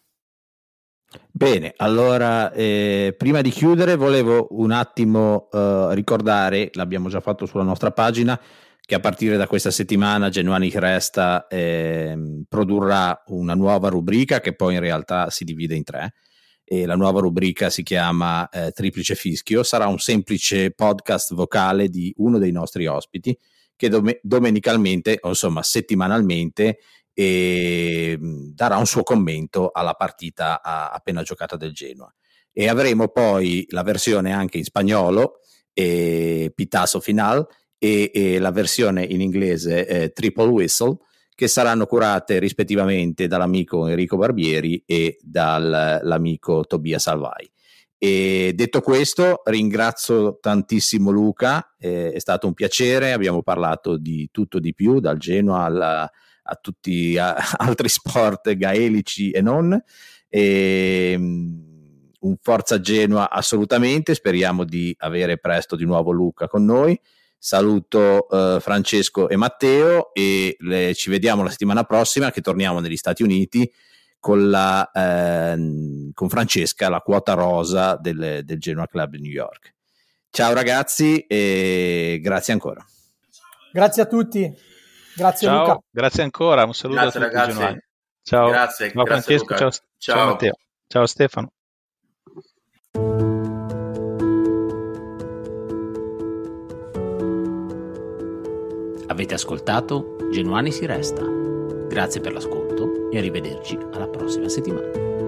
Bene, allora prima di chiudere volevo un attimo ricordare, l'abbiamo già fatto sulla nostra pagina, che a partire da questa settimana Genuani si Resta produrrà una nuova rubrica che poi in realtà si divide in 3, e la nuova rubrica si chiama Triplice Fischio. Sarà un semplice podcast vocale di uno dei nostri ospiti che domenicalmente, o insomma settimanalmente, e darà un suo commento alla partita appena giocata del Genoa. E avremo poi la versione anche in spagnolo, Pitazo Final, e la versione in inglese Triple Whistle, che saranno curate rispettivamente dall'amico Enrico Barbieri e dall'amico Tobia Salvai. E detto questo, ringrazio tantissimo Luca, è stato un piacere, abbiamo parlato di tutto di più, dal Genoa a tutti altri sport gaelici e non, un forza Genoa assolutamente, speriamo di avere presto di nuovo Luca con noi. Saluto Francesco e Matteo e ci vediamo la settimana prossima, che torniamo negli Stati Uniti con Francesca, la quota rosa del Genoa Club di New York. Ciao ragazzi e grazie ancora.
Grazie a tutti. Grazie.
Ciao,
Luca.
Grazie ancora, un saluto
Grazie,
a tutti
ragazzi.
genuani. Ciao.
Grazie
Francesco,
Luca.
Ciao Matteo. Ciao Stefano.
Avete ascoltato Genuani si Resta. Grazie per l'ascolto e arrivederci alla prossima settimana.